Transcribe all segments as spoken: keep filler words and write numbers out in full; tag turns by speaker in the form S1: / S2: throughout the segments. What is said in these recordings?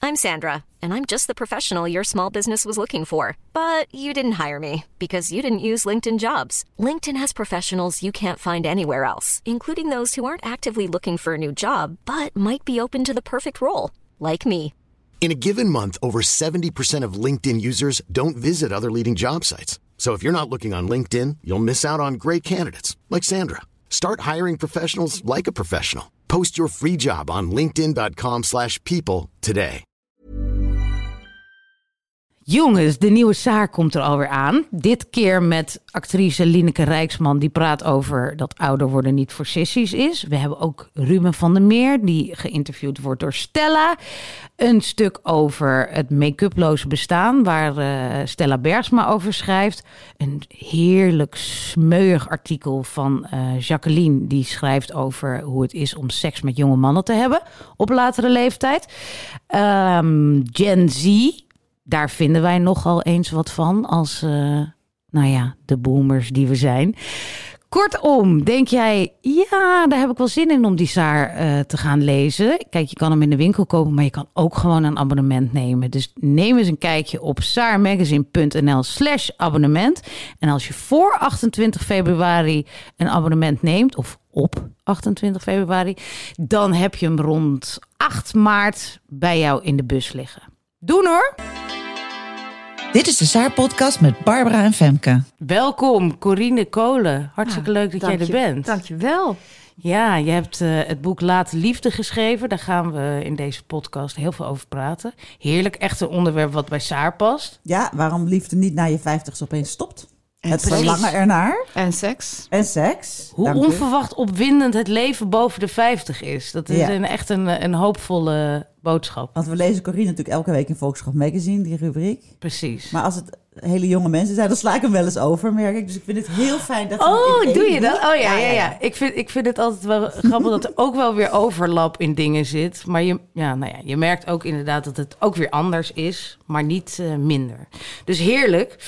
S1: I'm Sandra, and I'm just the professional your small business was looking for. But you didn't hire me because you didn't use LinkedIn Jobs. LinkedIn has professionals you can't find anywhere else, including those who aren't actively looking for a new job, but might be open to the perfect role, like me.
S2: In a given month, over seventy percent of LinkedIn users don't visit other leading job sites. So if you're not looking on LinkedIn, you'll miss out on great candidates like Sandra. Start hiring professionals like a professional. Post your free job on linkedin.com slash people today.
S3: Jongens, de nieuwe Saar komt er alweer aan. Dit keer met actrice Lineke Rijksman. Die praat over dat ouder worden niet voor sissies is. We hebben ook Ruben van der Meer, die geïnterviewd wordt door Stella. Een stuk over het make-uploze bestaan, waar uh, Stella Bergsma over schrijft. Een heerlijk smeuig artikel van uh, Jacqueline. Die schrijft over hoe het is om seks met jonge mannen te hebben op latere leeftijd. Um, Gen Z. Daar vinden wij nogal eens wat van als, uh, nou ja, de boomers die we zijn. Kortom, denk jij, ja, daar heb ik wel zin in om die Saar uh, te gaan lezen. Kijk, je kan hem in de winkel kopen, maar je kan ook gewoon een abonnement nemen. Dus neem eens een kijkje op saarmagazine.nl slash abonnement. En als je voor achtentwintig februari een abonnement neemt, of op achtentwintig februari, dan heb je hem rond acht maart bij jou in de bus liggen. Doen hoor!
S4: Dit is de Saar-podcast met Barbara en Femke.
S3: Welkom, Corine Kolen. Hartstikke ja, leuk dat jij er bent.
S5: Dank je wel.
S3: Ja, je hebt uh, het boek Laat Liefde geschreven. Daar gaan we in deze podcast heel veel over praten. Heerlijk, echt een onderwerp wat bij Saar past.
S6: Ja, waarom liefde niet na je vijftigste opeens stopt. En het verlangen ernaar.
S5: En seks.
S6: En seks.
S3: Hoe
S6: Dank
S3: onverwacht opwindend het leven boven de vijftig is. Dat is ja. een, echt een, een hoopvolle boodschap.
S6: Want we lezen Corine natuurlijk elke week in Volkskrant Magazine, die rubriek.
S3: Precies.
S6: Maar als het hele jonge mensen zijn, dan sla ik hem wel eens over, merk ik. Dus ik vind het heel fijn dat...
S3: Oh, doe je dat? Oh ja, ja, ja. ja. Ik, vind, ik vind het altijd wel grappig dat er ook wel weer overlap in dingen zit. Maar je, ja, nou ja, je merkt ook inderdaad dat het ook weer anders is, maar niet uh, minder. Dus heerlijk.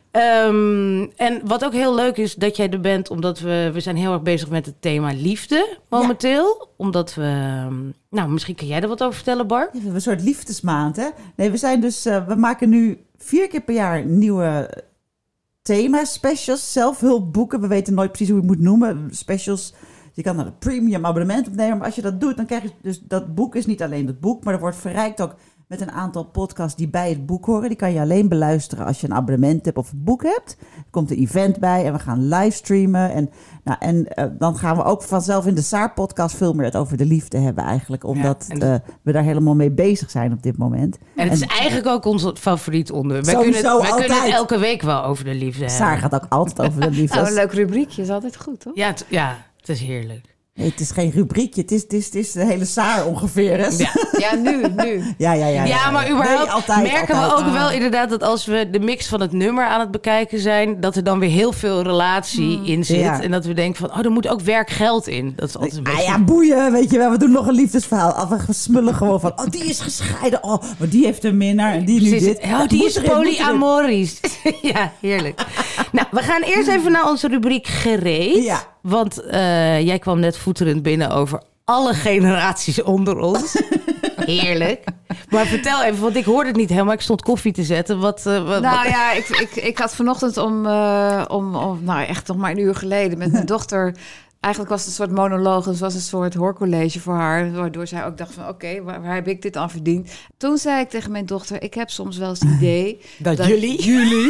S3: Um, en wat ook heel leuk is dat jij er bent, omdat we, we zijn heel erg bezig met het thema liefde momenteel. Ja. Omdat we... Nou, misschien kan jij er wat over vertellen, Bar?
S6: Ja, een soort liefdesmaand, hè? Nee, we zijn dus... Uh, we maken nu vier keer per jaar nieuwe thema-specials, zelfhulpboeken. We weten nooit precies hoe je het moet noemen. Specials, je kan dan een premium abonnement opnemen. Maar als je dat doet, dan krijg je... Dus dat boek is niet alleen het boek, maar er wordt verrijkt ook met een aantal podcasts die bij het boek horen. Die kan je alleen beluisteren als je een abonnement hebt of een boek hebt. Er komt een event bij en we gaan livestreamen. En, nou, en uh, dan gaan we ook vanzelf in de Saar-podcast veel meer het over de liefde hebben eigenlijk. Omdat ja, uh, we daar helemaal mee bezig zijn op dit moment.
S3: En het en, is eigenlijk ook ons favoriet onderwerp. Wij, kunnen het, wij kunnen het elke week wel over de liefde hebben.
S6: Saar gaat ook altijd over de liefde.
S5: Nou, een leuk rubriekje is altijd goed, toch?
S3: Ja, t- ja het is heerlijk.
S6: Nee, het is geen rubriekje, het is, het is, het is de hele Saar ongeveer. Hè?
S5: Ja. ja, nu, nu.
S6: Ja, ja, ja, ja,
S3: ja maar überhaupt nee, altijd, merken altijd. we ook
S6: ah.
S3: wel inderdaad dat als we de mix van het nummer aan het bekijken zijn, dat er dan weer heel veel relatie mm. in zit. Ja. En dat we denken van, oh, er moet ook werkgeld in. Dat is altijd een beetje...
S6: Ah ja, boeien, weet je wel. We doen nog een liefdesverhaal af. We smullen gewoon van, oh, die is gescheiden. Oh, maar die heeft een minnaar en die
S3: Precies.
S6: nu dit.
S3: Oh, die is polyamorisch. Ja, heerlijk. Nou, we gaan eerst even naar onze rubriek gereed.
S6: Ja.
S3: Want uh, jij kwam net voeterend binnen over alle generaties onder ons. Heerlijk. Maar vertel even, want ik hoorde het niet helemaal. Ik stond koffie te zetten. Wat, uh, wat,
S5: nou
S3: wat...
S5: ja, ik, ik, ik had vanochtend om, uh, om, om, nou echt nog maar een uur geleden met mijn dochter... Eigenlijk was het een soort monoloog, het was een soort hoorcollege voor haar. Waardoor zij ook dacht van, oké, okay, waar, waar heb ik dit aan verdiend? Toen zei ik tegen mijn dochter, ik heb soms wel eens het idee...
S6: Dat, dat jullie? Jullie?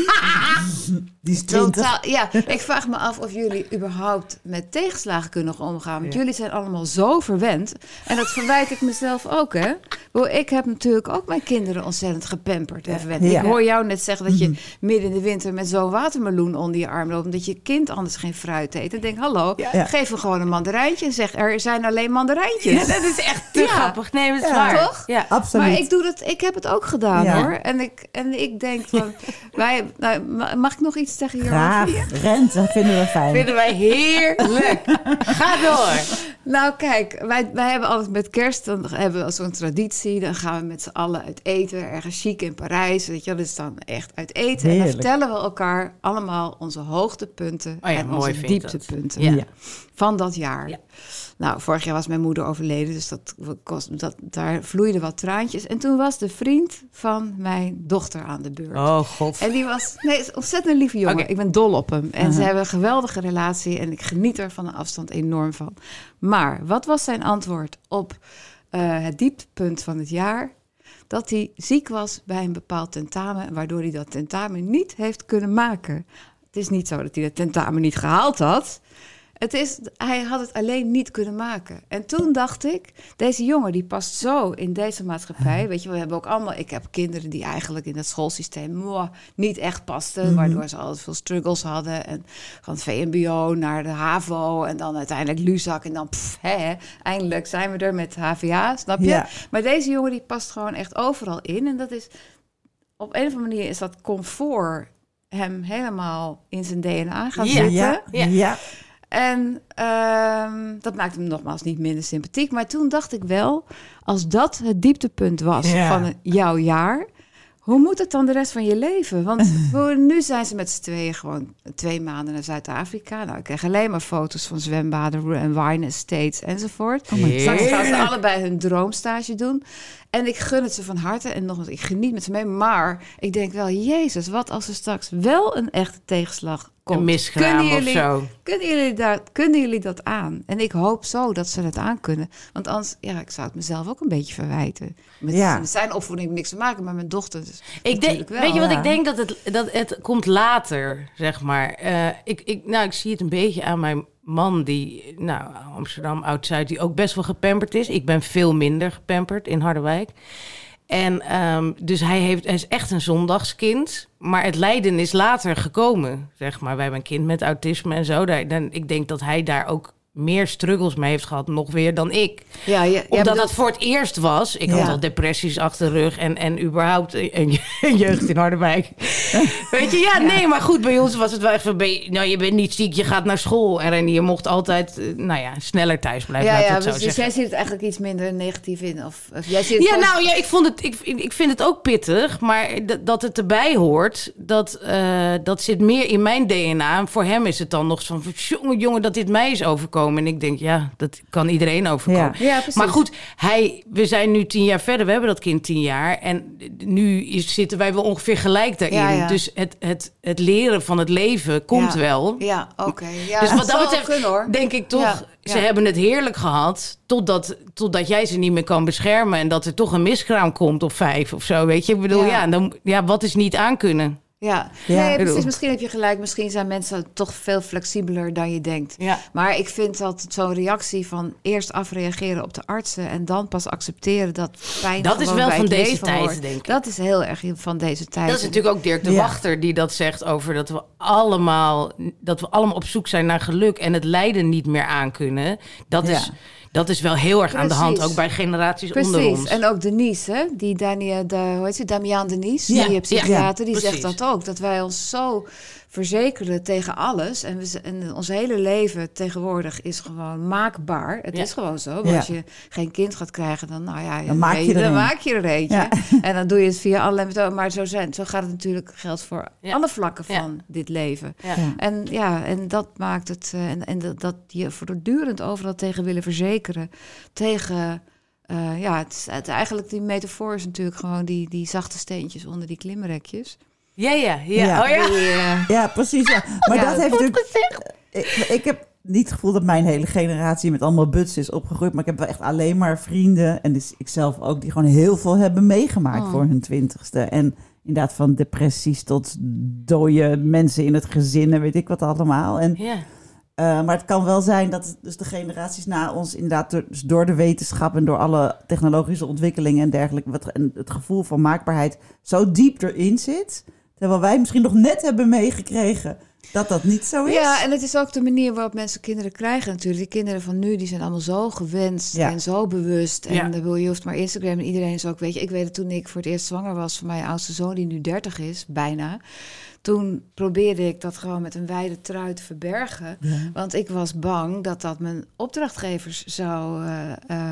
S6: Die is twintig.
S5: Ja, ik vraag me af of jullie überhaupt met tegenslagen kunnen omgaan. Want ja. jullie zijn allemaal zo verwend. En dat verwijt ik mezelf ook, hè. Ik heb natuurlijk ook mijn kinderen ontzettend gepamperd en verwend. Ja. Ik hoor jou net zeggen dat je midden in de winter met zo'n watermeloen onder je arm loopt... omdat je kind anders geen fruit eet. En denk, hallo, ja. geef hem gewoon een mandarijntje en zeg, er zijn alleen mandarijntjes.
S3: Ja, dat is echt te ja. grappig. Nee, dat is ja. waar.
S5: Toch?
S3: Ja,
S6: absoluut.
S5: Maar ik, doe dat, ik heb het ook gedaan, ja. hoor. En ik, en ik denk van, wij, nou, mag ik nog iets zeggen hierover?
S6: Graag, Rent, dat vinden we fijn.
S3: Vinden wij heerlijk. Ga door.
S5: Nou kijk, wij, wij hebben altijd met kerst, dan hebben we zo'n traditie. Dan gaan we met z'n allen uit eten, ergens chic in Parijs. Weet je, dat is dan echt uit eten. Heerlijk. En dan vertellen we elkaar allemaal onze hoogtepunten oh ja, en onze dieptepunten.
S3: Ja. Ja.
S5: van dat jaar.
S3: Ja.
S5: Nou, vorig jaar was mijn moeder overleden, dus dat kost, dat, daar vloeiden wat traantjes. En toen was de vriend van mijn dochter aan de beurt.
S3: Oh, god.
S5: En die was nee, is ontzettend een lieve jongen.
S3: Okay.
S5: Ik ben dol op hem. En
S6: Uh-huh.
S5: ze hebben een geweldige relatie en ik geniet er van de afstand enorm van. Maar wat was zijn antwoord op uh, het dieptepunt van het jaar? Dat hij ziek was bij een bepaald tentamen, waardoor hij dat tentamen niet heeft kunnen maken. Het is niet zo dat hij dat tentamen niet gehaald had. Het is, hij had het alleen niet kunnen maken. En toen dacht ik, deze jongen die past zo in deze maatschappij. Weet je, we hebben ook allemaal... Ik heb kinderen die eigenlijk in het schoolsysteem moah, niet echt pasten. Mm-hmm. Waardoor ze altijd veel struggles hadden. En van het V M B O naar de HAVO en dan uiteindelijk Luzak. En dan, pff, hè, hè, eindelijk zijn we er met H V A, snap je?
S6: Ja.
S5: Maar deze jongen die past gewoon echt overal in. En dat is, op een of andere manier is dat comfort hem helemaal in zijn D N A gaan
S3: Ja.
S5: zitten.
S6: Ja, ja. ja.
S5: En uh, dat maakte hem nogmaals niet minder sympathiek. Maar toen dacht ik wel, als dat het dieptepunt was
S3: Ja.
S5: van jouw jaar... hoe moet het dan de rest van je leven? Want nu zijn ze met z'n tweeën gewoon twee maanden naar Zuid-Afrika. Nou, ik krijg alleen maar foto's van zwembaden en wine estates enzovoort.
S3: Oh
S5: Straks gaan ze allebei hun droomstage doen. En ik gun het ze van harte. En nogmaals, ik geniet met ze mee. Maar ik denk wel, Jezus, wat als er straks wel een echte tegenslag komt?
S3: Een miskraam of
S5: jullie,
S3: zo.
S5: Kunnen jullie, daar, kunnen jullie dat aan? En ik hoop zo dat ze het aan kunnen. Want anders, ja, ik zou het mezelf ook een beetje verwijten. Met
S6: Ja.
S5: zijn opvoeding niks te maken, maar mijn dochter dus
S3: Ik denk,
S5: natuurlijk wel.
S3: weet je wat
S6: ja.
S3: ik denk? Dat het, dat het komt later, zeg maar. Uh, ik, ik, nou, ik zie het een beetje aan mijn man die, nou, Amsterdam, Oud-Zuid, die ook best wel gepamperd is. Ik ben veel minder gepamperd in Harderwijk. En um, dus hij, heeft, hij is echt een zondagskind. Maar het lijden is later gekomen, zeg maar. Wij hebben een kind met autisme en zo. Daar, dan, ik denk dat hij daar ook meer struggles mee heeft gehad, nog weer dan ik.
S5: Ja, je,
S3: Omdat
S5: bedoelt...
S3: het voor het eerst was. Ik
S6: Ja.
S3: had al depressies achter de rug en, en überhaupt een, een jeugd in Harderwijk. Weet je, ja, nee, maar goed, bij ons was het wel echt van, ben je, nou, je bent niet ziek, je gaat naar school. En Renier mocht altijd, uh, nou ja, sneller thuis blijven,
S5: Ja,
S3: laat ik
S5: ja,
S3: het zo
S5: dus
S3: zeggen.
S5: jij ziet het eigenlijk iets minder negatief in. Of, of jij ziet het
S3: Ja,
S5: positief.
S3: nou ja, ik, vond het, ik, ik vind het ook pittig, maar d- dat het erbij hoort, dat, uh, dat zit meer in mijn D N A. En voor hem is het dan nog zo van, jongen, jongen, dat dit mij is overkomen. En ik denk, ja, dat kan iedereen overkomen.
S6: Ja.
S5: Ja, precies.
S3: Maar goed, hij, we zijn nu tien jaar verder, we hebben dat kind tien jaar. En nu is, zitten wij wel ongeveer gelijk daarin.
S5: Ja, ja.
S3: Dus het, het, het leren van het leven komt
S5: Ja.
S3: wel.
S5: Ja, oké. Okay. Ja,
S3: Dus wat
S5: zou
S3: dat betreft
S5: kunnen, hoor.
S3: denk ik toch,
S5: Ja,
S3: ze
S5: ja.
S3: hebben het heerlijk gehad, totdat, totdat jij ze niet meer kan beschermen en dat er toch een miskraam komt of vijf of zo, weet je. Ik bedoel,
S5: Ja.
S3: ja, dan, ja wat is niet aankunnen?
S5: Ja,
S6: Ja.
S5: nee,
S3: Ik
S5: precies.
S3: bedoel-
S5: Misschien heb je gelijk. Misschien zijn mensen toch veel flexibeler dan je denkt.
S3: Ja.
S5: Maar ik vind dat zo'n reactie van eerst afreageren op de artsen en dan pas accepteren dat pijn
S3: Dat is
S5: gewoon
S3: wel
S5: bij
S3: van
S5: het
S3: deze
S5: leven
S3: tijd,
S5: hoort.
S3: denk ik.
S5: Dat is heel erg van deze tijd.
S3: Dat is natuurlijk ook Dirk de
S6: Ja.
S3: Wachter die dat zegt over dat we allemaal, dat we allemaal op zoek zijn naar geluk en het lijden niet meer aankunnen. Dat,
S6: Ja.
S3: is, dat is wel heel erg aan de hand,
S5: Precies.
S3: ook bij generaties onder
S5: Precies.
S3: ons.
S5: En ook Denise, hè? Die Daniel, de, hoe heet ze? Damian Denise,
S6: Ja.
S5: die psychiater, die
S3: Precies.
S5: zegt dat ook. Dat wij ons zo verzekeren tegen alles. En, we, z- en ons hele leven tegenwoordig is gewoon maakbaar. Het
S3: Ja.
S5: is gewoon zo. Want
S6: Ja.
S5: als je geen kind gaat krijgen, dan, nou ja,
S6: Dan maak je
S5: weet
S6: er
S5: dan
S6: een.
S5: maak je er eentje.
S6: Ja.
S5: En dan doe je het via allerlei methoden. Maar zo, zijn, zo gaat het natuurlijk, geldt voor
S3: Ja.
S5: alle vlakken
S3: Ja.
S5: van dit leven.
S3: Ja.
S6: Ja.
S5: En ja, en dat maakt het. uh, en en dat, dat je voortdurend overal tegen willen verzekeren. Tegen. Uh, ja, het, is- het, eigenlijk die metafoor is natuurlijk gewoon die, die zachte steentjes onder die klimrekjes.
S3: Ja, ja, ja.
S6: Ja.
S3: Oh, ja.
S5: Die, uh,
S6: Ja, precies. Ja. Maar
S5: Ja,
S6: dat heeft
S3: goed
S6: natuurlijk. Ik, ik heb niet het gevoel dat mijn hele generatie met allemaal buts is opgegroeid. Maar ik heb wel echt alleen maar vrienden. En dus ik zelf ook, die gewoon heel veel hebben meegemaakt
S5: Oh.
S6: voor hun twintigste. En inderdaad, van depressies tot dode mensen in het gezin en weet ik wat allemaal. En,
S3: Ja.
S6: uh, maar het kan wel zijn dat dus de generaties na ons inderdaad door, dus door de wetenschap en door alle technologische ontwikkelingen en dergelijke, wat, en het gevoel van maakbaarheid zo diep erin zit. Terwijl wij misschien nog net hebben meegekregen dat dat niet zo is.
S5: ja, en het is ook de manier waarop mensen kinderen krijgen natuurlijk. Die kinderen van nu, die zijn allemaal zo gewenst
S6: Ja.
S5: en zo bewust. En
S3: Ja.
S5: ja. je hoeft maar Instagram en iedereen is ook, weet je. Ik weet het toen ik voor het eerst zwanger was van mijn oudste zoon, die nu dertig is, bijna. Toen probeerde ik dat gewoon met een wijde trui te verbergen.
S6: Ja.
S5: Want ik was bang dat dat mijn opdrachtgevers zou uh, uh,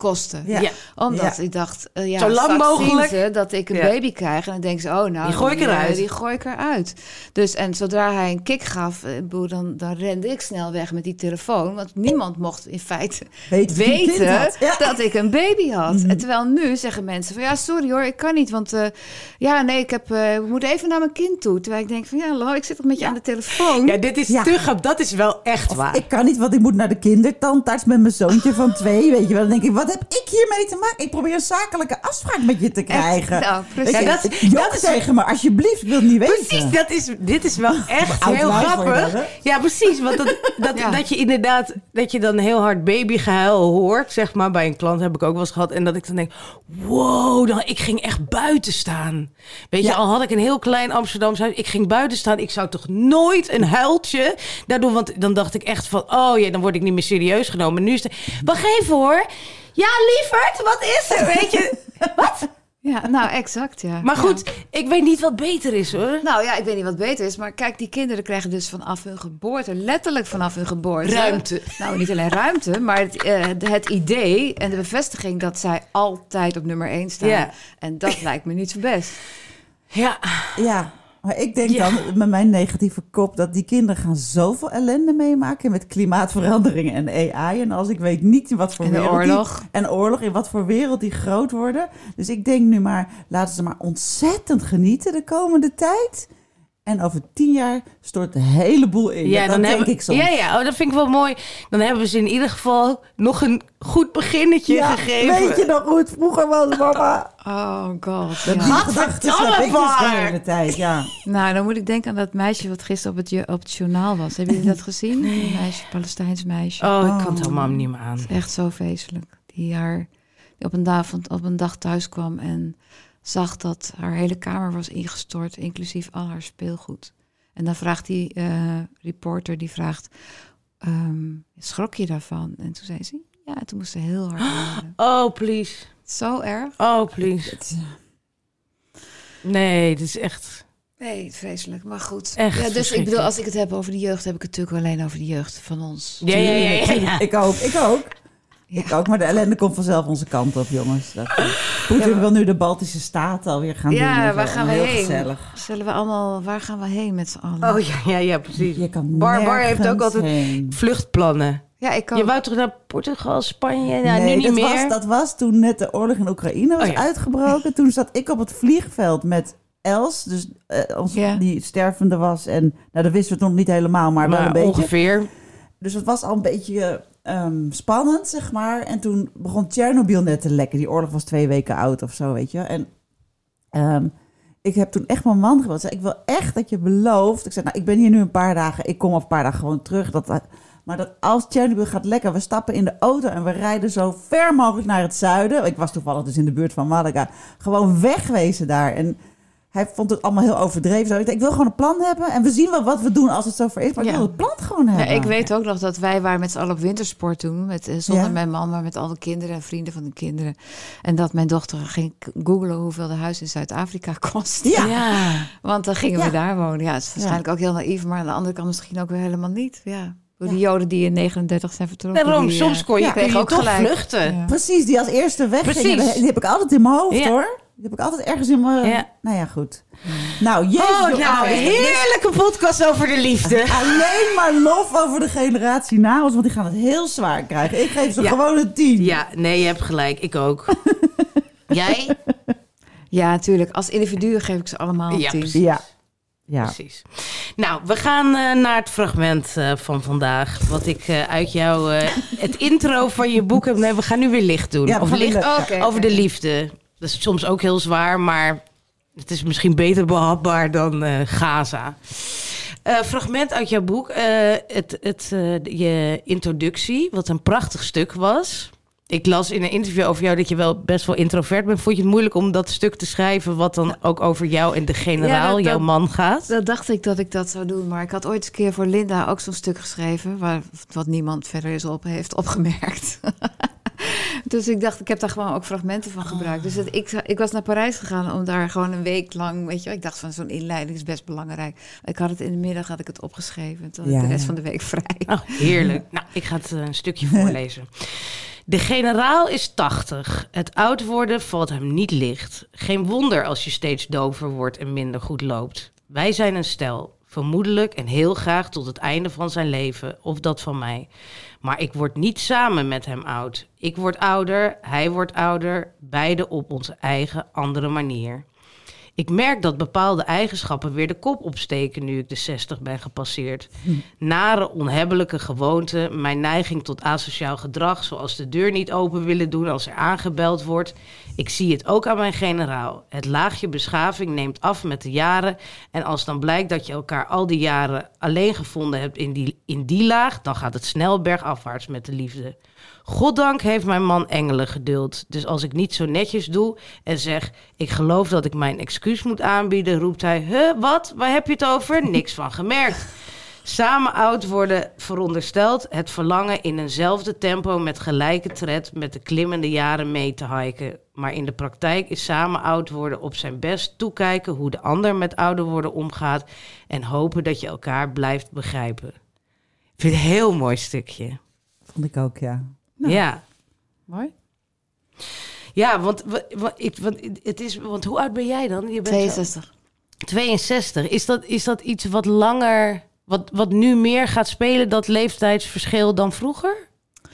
S5: kosten.
S6: Ja.
S3: Ja.
S5: Omdat
S6: Ja.
S5: ik dacht, uh, ja,
S3: Zo lang
S5: straks
S3: mogelijk.
S5: zien ze dat ik een
S3: Ja.
S5: baby krijg. En dan denken ze, oh nou,
S3: Die gooi ik eruit.
S5: Die, die gooi ik eruit. Dus, en zodra hij een kick gaf, uh, boe, dan, dan rende ik snel weg met die telefoon. Want niemand mocht in feite
S6: Weet dat je een kind
S5: weten
S6: had. Ja.
S5: dat ik een baby had.
S6: Mhm.
S5: En terwijl nu zeggen mensen van, ja, sorry hoor, ik kan niet. Want uh, ja, nee, ik heb, uh, ik moet even naar mijn kind toe. Terwijl ik denk van, ja, hallo, ik zit toch met je aan de telefoon.
S3: Ja, dit is
S6: Ja.
S3: te grap. Dat is wel echt
S6: Of
S3: waar.
S6: ik kan niet, want ik moet naar de kindertandarts met mijn zoontje van twee. Weet je wel, dan denk ik, wat heb ik hiermee te maken? Ik probeer een zakelijke afspraak met je te krijgen.
S5: Echt, nou, precies.
S6: Weet je,
S3: Ja, dat-
S6: jok
S3: dat is-
S6: tegen me, alsjeblieft, ik wil het niet weten.
S3: Precies, dat is, dit is wel echt
S6: Oud
S3: heel
S6: wijf word je
S3: grappig.
S6: dan, hè?
S3: Ja, precies. Want dat, dat,
S5: Ja.
S3: dat je inderdaad, dat je dan heel hard babygehuil hoort, zeg maar, bij een klant heb ik ook wel eens gehad. En dat ik dan denk, wow, dan, ik ging echt buiten staan. Weet je,
S6: Ja.
S3: al had ik een heel klein Amsterdamse huis, ik ging buiten staan. Ik zou toch nooit een huiltje daardoor, want dan dacht ik echt van, oh ja, dan word ik niet meer serieus genomen. Nu is het, wacht even hoor. Ja, lieverd, wat is er? Weet je, wat?
S5: Ja, nou, exact, ja.
S3: Maar
S5: Ja.
S3: goed, ik weet niet wat beter is hoor.
S5: Nou ja, ik weet niet wat beter is, maar kijk, die kinderen krijgen dus vanaf hun geboorte, letterlijk vanaf hun geboorte...
S3: Ruimte.
S5: Nou, niet alleen ruimte, maar het, eh, het idee en de bevestiging dat zij altijd op nummer één staan.
S3: Ja.
S5: En dat lijkt me niet zo best.
S3: Ja.
S6: Ja, maar ik denk
S3: Ja.
S6: dan met mijn negatieve kop dat die kinderen gaan zoveel ellende meemaken met klimaatverandering en A I. En als ik weet niet in wat voor
S5: En de
S6: wereld die-
S5: oorlog.
S6: en oorlog, in wat voor wereld die groot worden. Dus ik denk nu maar, laten ze maar ontzettend genieten de komende tijd. En over tien jaar stort de hele boel in. Ja, dat
S3: dan
S6: denk
S3: hebben,
S6: ik soms.
S3: Ja, ja, oh, dat vind ik wel mooi. Dan hebben we ze in ieder geval nog een goed beginnetje
S6: Ja,
S3: gegeven.
S6: weet je nog hoe het vroeger was, mama?
S5: Oh god.
S6: Dat
S5: ja.
S6: die gedachten heb ik dus de
S3: waar.
S6: hele tijd, ja.
S5: Nou, dan moet ik denken aan dat meisje wat gisteren op het, je- op het journaal was. Hebben jullie dat gezien? Een meisje, Palestijns meisje.
S3: Oh, ik kan het helemaal niet meer aan.
S5: Echt zo vreselijk. Die, haar, die op, een dag, op een dag thuis kwam en zag dat haar hele kamer was ingestort, inclusief al haar speelgoed. En dan vraagt die uh, reporter, die vraagt, um, schrok je daarvan? En toen zei ze, ja, toen moest ze heel hard huilen.
S3: Oh, please.
S5: Zo erg.
S3: Oh, please. Nee, dit is echt...
S5: Nee, vreselijk, maar goed.
S3: Echt
S5: ja, dus ik
S3: verschrikkelijk.
S5: bedoel, als ik het heb over de jeugd, heb ik het natuurlijk alleen over de jeugd van ons.
S3: Ja, ja, ja, ja, ja.
S6: Ik ook, ik ook.
S5: Ja.
S6: Ik ook, maar de ellende komt vanzelf onze kant op, jongens. Dat, uh, Poetin wil nu de Baltische Staten alweer gaan doen.
S5: Ja,
S6: en
S5: waar
S6: zo.
S5: gaan we
S6: Heel
S5: heen?
S6: gezellig.
S5: Zullen we allemaal, waar gaan we heen met z'n allen?
S3: Oh, ja, ja, ja, precies.
S6: Je kan
S3: Bar, Bar heeft ook
S6: nergens
S3: altijd
S6: heen.
S3: vluchtplannen.
S5: Ja, ik kan.
S3: Je wou toch naar Portugal, Spanje? Ja,
S6: nee,
S3: nu niet
S6: dat
S3: meer.
S6: Was, dat was toen net de oorlog in Oekraïne was
S3: Oh, ja.
S6: uitgebroken. Toen zat ik op het vliegveld met Els, dus uh, ons,
S5: Ja.
S6: die stervende was. En nou, dat wisten we nog niet helemaal, maar,
S3: maar
S6: wel een beetje.
S3: ongeveer.
S6: Dus het was al een beetje um, spannend, zeg maar. En toen begon Tsjernobyl net te lekken. Die oorlog was twee weken oud of zo, weet je. En um, ik heb toen echt mijn man gebeld. Ik wil echt dat je belooft. Ik zei, nou, ik ben hier nu een paar dagen. Ik kom over een paar dagen gewoon terug. Dat, maar dat als Tsjernobyl gaat lekken, we stappen in de auto en we rijden zo ver mogelijk naar het zuiden. Ik was toevallig dus in de buurt van Malaga. Gewoon wegwezen daar. En hij vond het allemaal heel overdreven. Zo. Ik dacht, ik wil gewoon een plan hebben. En we zien wel wat we doen als het zover is. Maar ik
S5: Ja.
S6: wil het plan gewoon hebben.
S5: Ja, ik weet ook nog dat wij waren met z'n allen op wintersport toen. Met, eh, zonder
S6: Ja.
S5: mijn man, maar met alle kinderen en vrienden van de kinderen. En dat mijn dochter ging k- googlen hoeveel de huis in Zuid-Afrika kost.
S6: Ja.
S3: Ja.
S5: Want dan gingen
S6: Ja.
S5: we daar wonen. Ja, het is waarschijnlijk ook heel naïef. Maar aan de andere kant misschien ook weer helemaal niet. Ja. Door die Joden die in negenendertig zijn vertrokken.
S3: Daarom,
S5: die,
S3: soms
S5: eh,
S3: kon je,
S6: ja,
S3: kun je
S5: kregen ook
S3: toch
S5: gelijk.
S3: vluchten.
S5: Ja.
S6: Precies, die als eerste weggingen.
S3: Precies.
S6: Die heb ik altijd in mijn hoofd,
S3: Ja.
S6: hoor. Die heb ik altijd ergens in mijn...
S3: Ja.
S6: Nou ja, goed. Nou, jezus.
S3: Oh,
S6: joh,
S3: nou,
S6: dit is
S3: heerlijke podcast over de liefde.
S6: alleen maar lof over de generatie na ons, want die gaan het heel zwaar krijgen. Ik geef ze
S3: Ja.
S6: gewoon een tien.
S3: Ja, nee, je hebt gelijk. Ik ook. Jij?
S5: Ja, natuurlijk. Als individu geef ik ze allemaal
S3: Ja,
S5: tien.
S3: precies.
S6: Ja. Ja.
S3: Precies. Nou, we gaan uh, naar het fragment uh, van vandaag. Wat ik uh, uit jou... Uh, het intro van je boek heb... Nee, we gaan nu weer licht doen.
S6: Ja, we
S3: Of
S6: gaan
S3: licht,
S6: weer-
S5: Oké,
S3: over
S5: oké.
S3: de liefde. Dat is soms ook heel zwaar, maar... Het is misschien beter behapbaar dan uh, Gaza. Uh, fragment uit jouw boek. Uh, het, het, uh, je introductie, wat een prachtig stuk was. Ik las in een interview over jou dat je wel best wel introvert bent. Vond je het moeilijk om dat stuk te schrijven... wat dan ook over jou en de generaal,
S5: Ja, dat-
S3: jouw
S5: dat-
S3: man, gaat?
S5: Dat dacht ik dat ik dat zou doen. Maar ik had ooit eens een keer voor Linda ook zo'n stuk geschreven... Waar, wat niemand verder is op heeft opgemerkt. Dus ik dacht, ik heb daar gewoon ook fragmenten van gebruikt. Dus het, ik, ik was naar Parijs gegaan om daar gewoon een week lang... Weet je, wel, ik dacht van zo'n inleiding is best belangrijk. Ik had het in de middag had ik het opgeschreven. Toen had ik
S6: Ja,
S5: de rest
S6: ja.
S5: van de week vrij.
S3: Oh, heerlijk. Nou, ik ga het uh, een stukje voorlezen. De generaal is tachtig. Het oud worden valt hem niet licht. Geen wonder als je steeds dover wordt en minder goed loopt. Wij zijn een stel. Vermoedelijk en heel graag tot het einde van zijn leven, of dat van mij. Maar ik word niet samen met hem oud. Ik word ouder, hij wordt ouder, beide op onze eigen andere manier. Ik merk dat bepaalde eigenschappen weer de kop opsteken nu ik de zestig ben gepasseerd. Hm. Nare, onhebbelijke gewoonten, mijn neiging tot asociaal gedrag, zoals de deur niet open willen doen als er aangebeld wordt. Ik zie het ook aan mijn generaal. Het laagje beschaving neemt af met de jaren. En als dan blijkt dat je elkaar al die jaren alleen gevonden hebt in die, in die laag, dan gaat het snel bergafwaarts met de liefde. Goddank heeft mijn man engelen geduld. Dus als ik niet zo netjes doe en zeg, ik geloof dat ik mijn excuus moet aanbieden, roept hij, huh, wat? Waar heb je het over? Niks van gemerkt. Samen oud worden veronderstelt het verlangen in eenzelfde tempo met gelijke tred met de klimmende jaren mee te hiken. Maar in de praktijk is samen oud worden op zijn best toekijken hoe de ander met ouder worden omgaat en hopen dat je elkaar blijft begrijpen. Ik vind het een heel mooi stukje.
S6: Vond ik ook, ja.
S3: Nou, ja.
S5: Mooi.
S3: Ja, want, want, ik, want het is, want hoe oud ben jij dan? Je bent
S5: tweeënzestig.
S3: Zo, tweeënzestig. Is dat, is dat iets wat langer, wat, wat nu meer gaat spelen, dat leeftijdsverschil dan vroeger?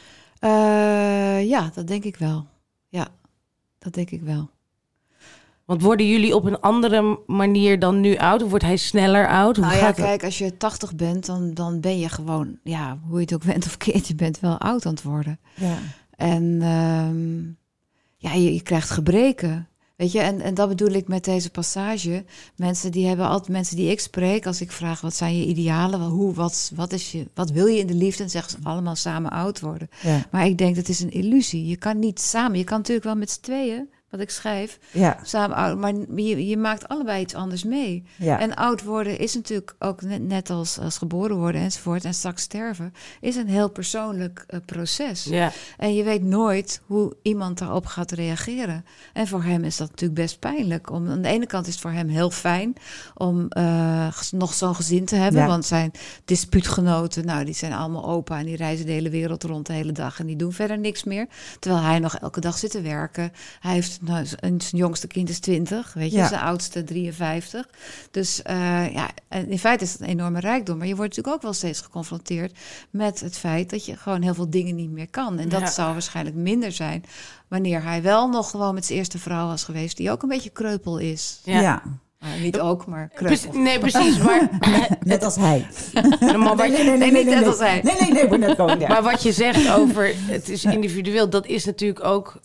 S5: Uh, ja, dat denk ik wel. Ja, dat denk ik wel.
S3: Want worden jullie op een andere manier dan nu oud? Of wordt hij sneller oud? Hoe
S5: nou
S3: gaat
S5: ja, kijk, als je tachtig bent, dan, dan ben je gewoon, ja, hoe je het ook bent of keert, je bent wel oud aan het worden.
S6: Ja.
S5: En um, ja, je, je krijgt gebreken. Weet je, en, en dat bedoel ik met deze passage. Mensen die hebben altijd, mensen die ik spreek, als ik vraag wat zijn je idealen, hoe, wat, wat, is je, wat wil je in de liefde, dan zeggen ze allemaal samen oud worden. Ja. Maar ik denk dat is een illusie. Je kan niet samen, je kan natuurlijk wel met z'n tweeën, wat ik schrijf, ja. samen oud, maar je, je maakt allebei iets anders mee. Ja. En oud worden is natuurlijk ook net, net als, als geboren worden enzovoort en straks sterven, is een heel persoonlijk uh, proces. Ja. En je weet nooit hoe iemand daarop gaat reageren. En voor hem is dat natuurlijk best pijnlijk. Om, aan de ene kant is het voor hem heel fijn om uh, nog zo'n gezin te hebben, ja. want zijn dispuutgenoten, nou, die zijn allemaal opa en die reizen de hele wereld rond de hele dag en die doen verder niks meer. Terwijl hij nog elke dag zit te werken. Hij heeft Nou, zijn jongste kind is twintig, weet je, ja. zijn oudste drieënvijftig. Dus uh, ja, in feite is het een enorme rijkdom. Maar je wordt natuurlijk ook wel steeds geconfronteerd met het feit dat je gewoon heel veel dingen niet meer kan. En dat ja. zou waarschijnlijk minder zijn wanneer hij wel nog gewoon met zijn eerste vrouw was geweest, die ook een beetje kreupel is.
S6: Ja. ja.
S5: Uh, niet ook, maar kreupel.
S3: Nee, precies. Maar
S6: net als hij.
S3: Maar wat,
S5: nee, nee, nee, nee, nee, niet net als hij.
S6: Nee, nee, nee, maar net gewoon, ja.
S3: Maar wat je zegt over het is individueel, dat is natuurlijk ook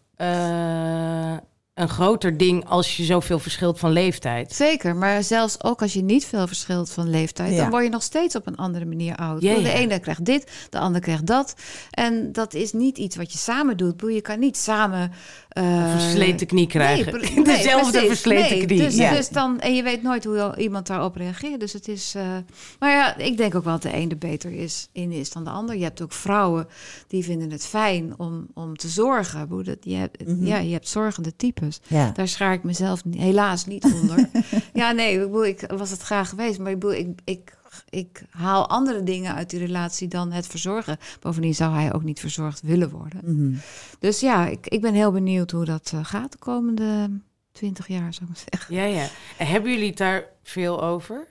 S3: Uh, een groter ding als je zoveel verschilt van leeftijd.
S5: Zeker, maar zelfs ook als je niet veel verschilt van leeftijd, ja. dan word je nog steeds op een andere manier oud. Ja, ja. De ene krijgt dit, de ander krijgt dat. En dat is niet iets wat je samen doet. Je kan niet samen
S3: Uh, een versleten knie krijgen. Nee, nee, dezelfde precies. versleten
S5: nee,
S3: knie.
S5: Dus,
S3: ja.
S5: dus dan, en je weet nooit hoe iemand daarop reageert. Dus het is. Uh, maar ja, ik denk ook wel dat de een er beter is in is dan de ander. Je hebt ook vrouwen die vinden het fijn om, om te zorgen. Je hebt, mm-hmm. Ja, je hebt zorgende types. Ja. Daar schaar ik mezelf helaas niet onder. ja, nee, ik, bedoel, ik was het graag geweest, maar ik bedoel, ik. ik Ik haal andere dingen uit die relatie dan het verzorgen. Bovendien zou hij ook niet verzorgd willen worden. Mm-hmm. Dus ja, ik, ik ben heel benieuwd hoe dat uh, gaat de komende twintig jaar, zou ik maar zeggen.
S3: Ja, ja. En hebben jullie het daar veel over?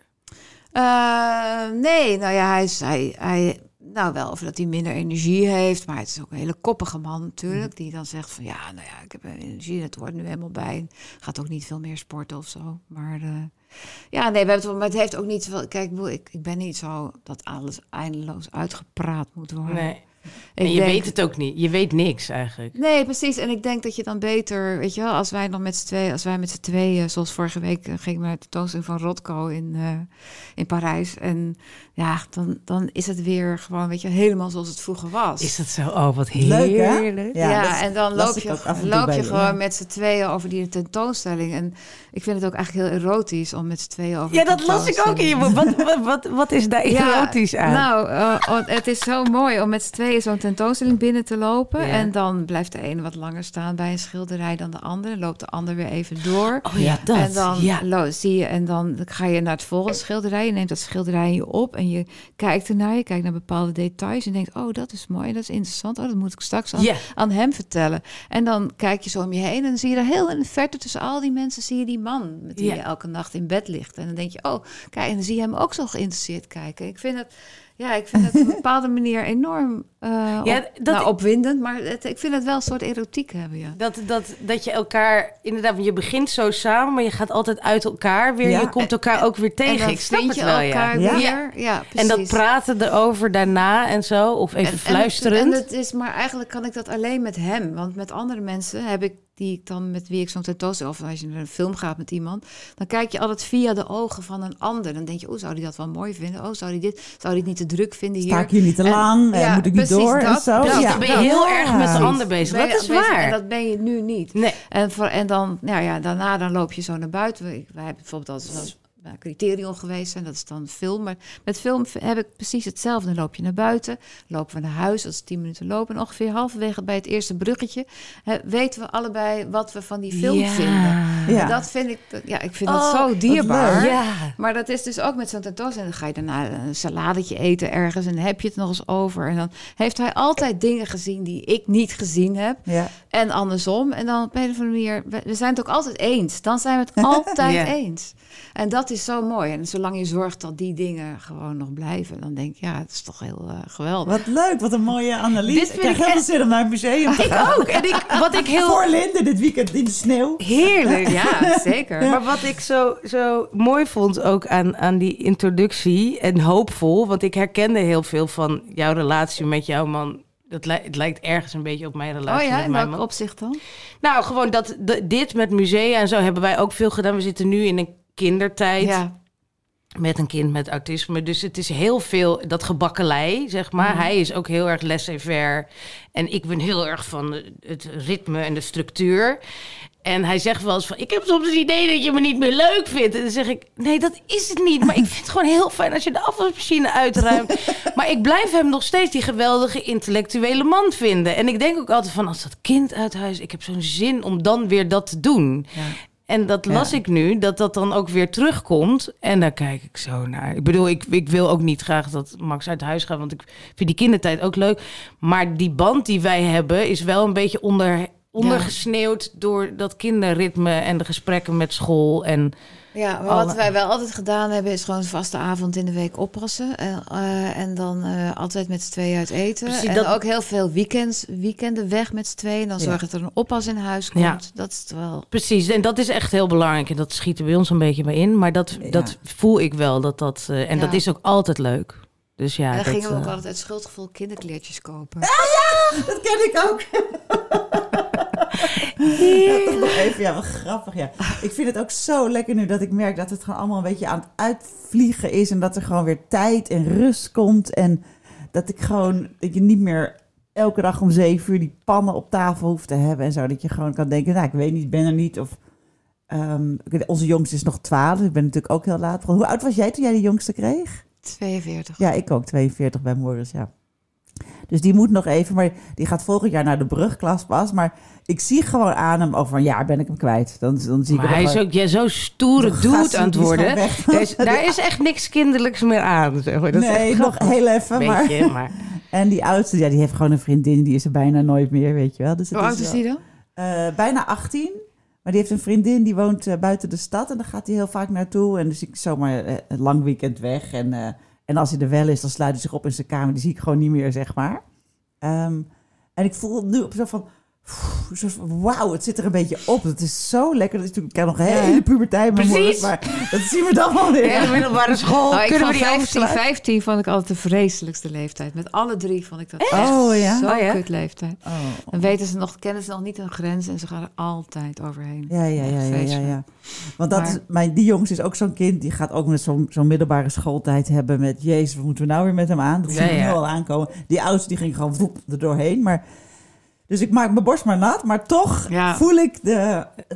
S5: Uh, nee, nou ja, hij is... Hij, hij, nou, wel over dat hij minder energie heeft. Maar het is ook een hele koppige man natuurlijk. Mm. Die dan zegt van ja, nou ja, ik heb energie. Het hoort nu helemaal bij. Gaat ook niet veel meer sporten of zo. Maar uh, ja, nee, we hebben het, maar het heeft ook niet veel... Kijk, ik, ik ben niet zo dat alles eindeloos uitgepraat moet worden.
S3: Nee. En je denk, weet het ook niet. Je weet niks eigenlijk.
S5: Nee, precies. En ik denk dat je dan beter, weet je wel, als wij nog met z'n tweeën, als wij met z'n tweeën, zoals vorige week uh, ging ik naar de tentoonstelling van Rothko in, uh, in Parijs. En ja, dan, dan is het weer gewoon, weet je, helemaal zoals het vroeger was.
S3: Is dat zo? Oh, wat heerlijk. Leuk,
S5: hè? Ja, ja en dan loop je, loop je gewoon ja. met z'n tweeën over die tentoonstelling. En ik vind het ook eigenlijk heel erotisch om met z'n tweeën over
S3: Ja, dat las ik ook in je boek. Wat, wat, wat, wat is daar erotisch
S5: ja,
S3: aan?
S5: Nou, uh, het is zo mooi om met z'n tweeën musea zo'n tentoonstelling binnen te lopen.
S3: Ja.
S5: En dan blijft de ene wat langer staan bij een schilderij dan de andere. Loopt de ander weer even door.
S3: Oh ja, dat.
S5: En dan
S3: ja.
S5: lo, zie je, en dan ga je naar het volgende schilderij. Je neemt dat schilderij in je op en je kijkt ernaar. Je kijkt naar bepaalde details en denkt, oh, dat is mooi, dat is interessant. Oh, dat moet ik straks aan,
S3: Ja.
S5: aan hem vertellen. En dan kijk je zo om je heen en dan zie je daar heel in de verte tussen al die mensen zie je die man met wie
S3: Ja.
S5: je elke nacht in bed ligt. En dan denk je, oh, kijk, en dan zie je hem ook zo geïnteresseerd kijken. Ik vind het, ja, ik vind het op een bepaalde manier enorm uh,
S3: Ja,
S5: op,
S3: dat-
S5: nou, opwindend, maar het, ik vind het wel een soort erotiek hebben, ja.
S3: Dat, dat, dat je elkaar, inderdaad, want je begint zo samen, maar je gaat altijd uit elkaar weer.
S6: Ja.
S3: Je komt elkaar ook weer
S5: En
S3: tegen.
S5: dan
S3: Ik snap
S5: vind
S3: het
S5: je
S3: wel,
S5: elkaar
S3: ja.
S5: weer.
S3: Ja.
S5: Ja,
S3: En
S5: precies.
S3: dat praten erover daarna en zo, of even
S5: En-
S3: fluisterend.
S5: En, het, en het is, maar eigenlijk kan ik dat alleen met hem. Want met andere mensen heb ik die ik dan met wie ik zo'n tentoonstelling, of als je naar een film gaat met iemand, dan kijk je altijd via de ogen van een ander. Dan denk je, oh, zou die dat wel mooi vinden? Oh, zou die dit? Zou die het niet te druk vinden hier?
S6: Sta ik hier niet te
S5: En-
S6: lang?
S5: ja,
S6: Eh, moet ik niet
S5: precies
S6: door? En
S5: dat.
S6: zo.
S3: Precies,
S6: Ja.
S3: dan ben je heel
S6: Ja.
S3: erg met de ander bezig.
S5: Ben
S3: Dat
S5: je
S3: is
S5: bezig,
S3: waar.
S5: En dat ben je nu niet.
S3: Nee.
S5: En, voor, en dan, nou ja, daarna dan loop je zo naar buiten. Wij wij hebben bijvoorbeeld altijd wel eens naar Criterion geweest en dat is dan film. Maar met film heb ik precies hetzelfde. Dan loop je naar buiten, lopen we naar huis, dat is tien minuten lopen. En ongeveer halverwege bij het eerste bruggetje hè, weten we allebei wat we van die film
S3: Ja.
S5: vinden.
S6: Ja.
S5: En dat vind ik, ja, ik vind
S3: Oh,
S5: dat zo
S6: wat
S5: dierbaar.
S6: leuk.
S3: Ja.
S5: Maar dat is dus ook met zo'n tentoonstelling. Dan ga je daarna een saladetje eten ergens en heb je het nog eens over. En dan heeft hij altijd dingen gezien die ik niet gezien heb.
S6: Ja.
S5: En andersom. En dan op een of andere manier, we, we zijn het ook altijd eens. Dan zijn we het altijd
S3: Ja.
S5: eens. En dat is zo mooi. En zolang je zorgt dat die dingen gewoon nog blijven, dan denk ik, ja, het is toch heel uh, geweldig.
S6: Wat leuk, wat een mooie analyse.
S5: Dit
S6: Ik
S5: vind
S6: krijg
S5: ik
S6: helemaal
S5: echt-
S6: zin om naar het museum te gaan.
S3: Ik ook. En ik, wat ik heel...
S6: Voor Linde dit weekend in de sneeuw.
S5: Heerlijk, ja, zeker.
S3: Maar wat ik zo, zo mooi vond ook aan, aan die introductie en hoopvol, want ik herkende heel veel van jouw relatie met jouw man. Dat li- het lijkt ergens een beetje op mijn
S5: Oh
S3: relatie
S5: ja,
S3: met
S5: in
S3: mijn
S5: welk
S3: man.
S5: opzicht dan?
S3: Nou, gewoon dat de- dit met musea en zo hebben wij ook veel gedaan. We zitten nu in een kindertijd.
S5: Ja,
S3: Met een kind met autisme. Dus het is heel veel dat gebakkelei, zeg maar. Hij is ook heel erg laissez-faire. En ik ben heel erg van het ritme en de structuur. En hij zegt wel eens van, ik heb soms het idee dat je me niet meer leuk vindt. En dan zeg ik, nee, dat is het niet. Maar ik vind het gewoon heel fijn als je de afwasmachine uitruimt. Maar ik blijf hem nog steeds die geweldige intellectuele man vinden. En ik denk ook altijd van, als dat kind uit huis, ik heb zo'n zin om dan weer dat te doen.
S6: Ja.
S3: En dat las
S6: Ja.
S3: ik nu, dat dat dan ook weer terugkomt. En daar kijk ik zo naar. Ik bedoel, ik, ik wil ook niet graag dat Max uit huis gaat, want ik vind die kindertijd ook leuk. Maar die band die wij hebben is wel een beetje onder, ondergesneeuwd door dat kinderritme en de gesprekken met school. En
S5: ja, maar
S3: Alle-
S5: wat wij wel altijd gedaan hebben, is gewoon een vaste avond in de week oppassen. En, eh, en dan eh, altijd met z'n tweeën uit eten.
S3: Precies,
S5: en
S3: dat-
S5: ook heel veel weekends, weekenden weg met z'n tweeën. Dan
S6: Ja.
S5: zorgen dat er een oppas in huis komt.
S3: Ja.
S5: Dat is het wel.
S3: precies, en dat is echt heel belangrijk. En dat schiet er bij ons een beetje bij in. Maar dat,
S6: Ja.
S3: dat voel ik wel. Dat dat, eh, en
S5: Ja.
S3: dat is ook altijd leuk. Dus ja,
S5: en dan
S3: dat,
S5: gingen we ook
S3: eh,
S5: altijd schuldgevoel kinderkleertjes kopen.
S6: Dat ken ik ook. Ja, toch nog even, ja, wat grappig, ja. Ik vind het ook zo lekker nu dat ik merk dat het gewoon allemaal een beetje aan het uitvliegen is. En dat er gewoon weer tijd en rust komt. En dat ik gewoon, dat je niet meer elke dag om zeven uur die pannen op tafel hoeft te hebben. En zo, dat je gewoon kan denken, nou, ik weet niet, ik ben er niet. Of ehm, onze jongste is nog twaalf, ik ben natuurlijk ook heel laat. Hoe oud was jij toen jij de jongste kreeg?
S5: tweeënveertig.
S6: Ja, ik ook, tweeënveertig bij Morris, ja. Dus die moet nog even, maar die gaat volgend jaar naar de brugklas pas. Maar ik zie gewoon aan hem, over een jaar ben ik hem kwijt. Dan, dan zie ik
S3: maar
S6: hem
S3: hij
S6: nog
S3: is
S6: wel-
S3: ook ja, zo stoere
S6: De
S3: dude
S6: gast,
S3: aan het
S6: die is
S3: worden.
S6: gewoon weg.
S3: Daar is, daar is echt niks kinderlijks meer aan. Zeg maar. Dat is
S6: Nee,
S3: echt
S6: nog heel even. Maar...
S3: beetje, maar...
S6: En die oudste, ja, die heeft gewoon een vriendin, die is er bijna nooit meer, weet je wel. Dus het
S5: Hoe oud is
S6: wel-
S5: die dan?
S6: Eh, bijna achttien. Maar die heeft een vriendin, die woont eh, buiten de stad. En daar gaat hij heel vaak naartoe. En dus zie ik zomaar eh, een lang weekend weg. En, eh, en als hij er wel is, dan sluit hij zich op in zijn kamer. Die zie ik gewoon niet meer, zeg maar. Ehm, en ik voel nu op zo van... pff, zo van, wauw, het zit er een beetje op. Het is zo lekker. Dat is natuurlijk, ik heb nog een
S3: Ja,
S6: hele
S3: hè?
S6: puberteit. Maar,
S3: Precies.
S6: maar dat zien we dan wel weer.
S3: Ja, de middelbare school.
S5: Oh, ik
S3: kunnen we
S5: vond
S3: die
S5: vijftien,
S3: overslaan?
S5: vijftien vond ik altijd de vreselijkste leeftijd. Met alle drie vond ik dat echt
S6: Oh, ja?
S5: zo'n
S3: Oh, ja?
S5: kut leeftijd.
S6: Oh.
S5: Dan weten ze nog, kennen ze nog niet hun grens en ze gaan er altijd overheen.
S6: Ja, ja, ja, ja, ja,
S5: Vreselijk.
S6: ja. Want dat
S5: Maar-
S6: is, mijn, die jongens is ook zo'n kind, die gaat ook met zo'n zo'n middelbare schooltijd hebben met, jezus, wat moeten we nou weer met hem aan? Dat zie
S3: Ja,
S6: ik nu
S3: ja.
S6: al aankomen. Die oudste, die ging gewoon woep, er doorheen. Maar, dus ik maak mijn borst maar nat, maar toch
S5: Ja.
S6: voel ik de, het,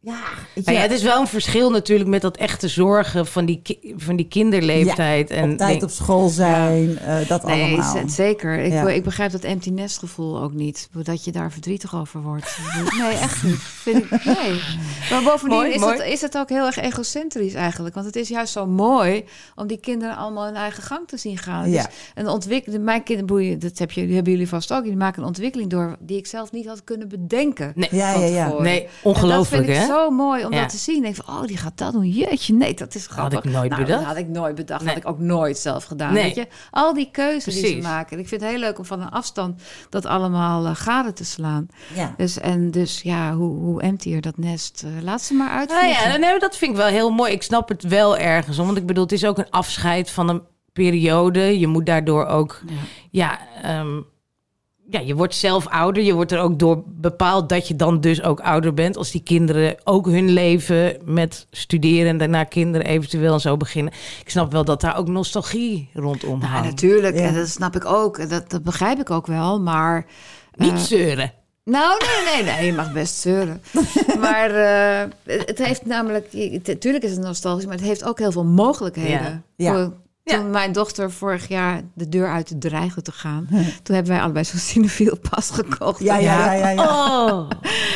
S6: Ja,
S3: Nou ja, het is wel een verschil natuurlijk met dat echte zorgen van die, ki- van die kinderleeftijd.
S6: Ja,
S3: en
S6: op tijd
S3: denk-
S6: op school zijn, ja. uh, dat
S5: nee,
S6: allemaal.
S5: z- zeker. Ik,
S6: Ja.
S5: ik begrijp dat empty nest gevoel ook niet. Dat je daar verdrietig over wordt. Nee, echt niet. Vind ik, nee. Maar bovendien
S3: Mooi,
S5: is,
S3: mooi.
S5: Het, is het ook heel erg egocentrisch eigenlijk. Want het is juist zo mooi om die kinderen allemaal hun eigen gang te zien gaan.
S6: Ja.
S5: Dus een ontwikkeling, mijn kinderboeien, dat heb je, die hebben jullie vast ook. Die maken een ontwikkeling door die ik zelf niet had kunnen bedenken.
S3: Nee,
S6: Ja,
S5: van
S6: ja, ja.
S5: tevoren.
S3: nee,
S5: En
S3: ongelooflijk,
S5: dat vind
S3: hè?
S5: ik zo mooi om
S3: Ja.
S5: dat te zien. Ik denk van, oh, die gaat dat doen. Jeetje, nee, dat is grappig.
S3: Had ik nooit
S5: nou,
S3: bedacht.
S5: Dat had ik nooit bedacht.
S3: Nee.
S5: Had ik ook nooit zelf gedaan.
S3: Nee.
S5: Weet je? Al die keuzes die
S3: Precies.
S5: ze maken. Ik vind het heel leuk om van een afstand dat allemaal uh, gade te slaan.
S6: Ja.
S5: Dus, en dus ja, hoe, hoe emptier dat nest. Uh, laat ze maar
S3: Nou
S5: uitvliegen.
S3: ja, nee, dat vind ik wel heel mooi. Ik snap het wel ergens. Want ik bedoel, het is ook een afscheid van een periode. Je moet daardoor ook... Ja, ja, um, ja, je wordt zelf ouder. Je wordt er ook door bepaald dat je dan dus ook ouder bent. Als die kinderen ook hun leven met studeren en daarna kinderen eventueel en zo beginnen. Ik snap wel dat daar ook nostalgie rondom
S5: Ja,
S3: hangt.
S5: natuurlijk.
S6: Ja.
S5: En dat snap ik ook. En Dat, dat begrijp ik ook wel. Maar...
S3: Niet
S5: uh,
S3: zeuren.
S5: Nou, nee, nee, nee, je mag best zeuren. Maar uh, het heeft namelijk... Natuurlijk is het nostalgisch, maar het heeft ook heel veel mogelijkheden.
S6: Ja.
S5: Voor,
S3: Ja.
S5: Toen mijn dochter vorig jaar de deur uit dreigde te gaan... toen hebben wij allebei zo'n cinefiel pas gekocht.
S6: Ja, ja, ja, ja, ja.
S3: Oh.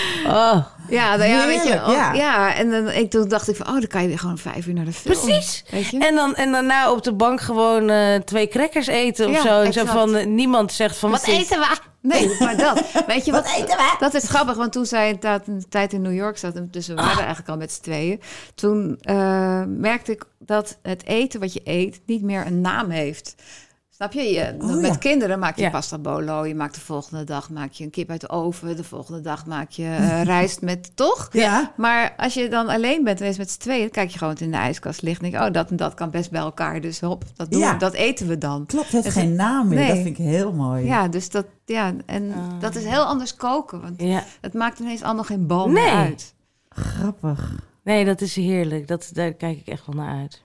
S3: Oh.
S5: Ja, nou ja, weet je,
S6: Heerlijk,
S5: ook-
S6: ja.
S5: ja. En dan, ik, toen dacht ik van, oh, dan kan je weer gewoon vijf uur naar de film.
S3: Precies.
S5: Weet je?
S3: En, dan, en daarna op de bank gewoon uh, twee crackers eten of
S5: Ja,
S3: zo. En zo
S5: exact.
S3: van, uh, niemand zegt van, wat
S5: Precies.
S3: eten we?
S5: Nee, maar dat. Weet je wat?
S6: Wat eten we?
S5: Dat is grappig, want toen zij inderdaad een tijd in New York zat... en dus we waren eigenlijk al met z'n tweeën... toen uh, merkte ik dat het eten wat je eet niet meer een naam heeft. Snap je? je
S6: Oh,
S5: met
S6: ja.
S5: kinderen maak je
S3: Ja.
S5: pasta bolo. Je maakt de volgende dag maak je een kip uit de oven. De volgende dag maak je uh, rijst met... Toch?
S6: Ja.
S5: Maar als je dan alleen bent en eens met z'n tweeën... dan kijk je gewoon wat in de ijskast ligt. En denk je, oh, dat en dat kan best bij elkaar. Dus hop, dat, doen
S6: Ja.
S5: we, dat eten we dan.
S6: Klopt, het heeft
S5: Dus
S6: geen naam meer.
S5: nee.
S6: Dat vind ik heel mooi.
S5: Ja, dus dat, ja, en dat is heel anders koken. Want
S3: Ja.
S5: het maakt ineens allemaal geen bal
S3: Nee.
S5: meer uit.
S6: Grappig.
S3: Nee, dat is heerlijk. Dat, daar kijk ik echt wel naar uit.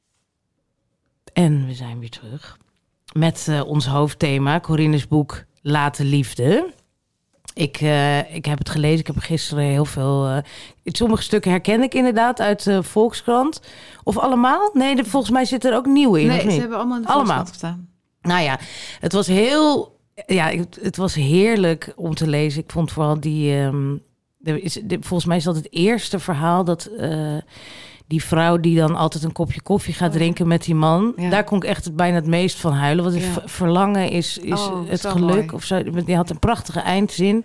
S3: En we zijn weer terug. Met uh, ons hoofdthema, Corinne's boek Late Liefde. Ik, uh, ik heb het gelezen, ik heb er gisteren heel veel... Uh, sommige stukken herken ik inderdaad uit de Volkskrant. Of allemaal? Nee, de, volgens mij zit er ook nieuw in,
S5: Nee,
S3: of niet?
S5: ze hebben allemaal in de
S3: Allemaal.
S5: Volkskrant gestaan.
S3: Nou ja, het was heel... Ja, het, het was heerlijk om te lezen. Ik vond vooral die... Um, er is, de, volgens mij is dat het eerste verhaal dat... Uh, die vrouw die dan altijd een kopje koffie gaat
S5: oh, ja.
S3: drinken met die man.
S5: Ja.
S3: Daar kon ik echt het, bijna het meest van huilen. Want het
S5: Ja.
S3: v- verlangen is, is
S5: Oh,
S3: het
S5: zo
S3: geluk.
S5: mooi.
S3: Of zo. Die had een prachtige eindzin.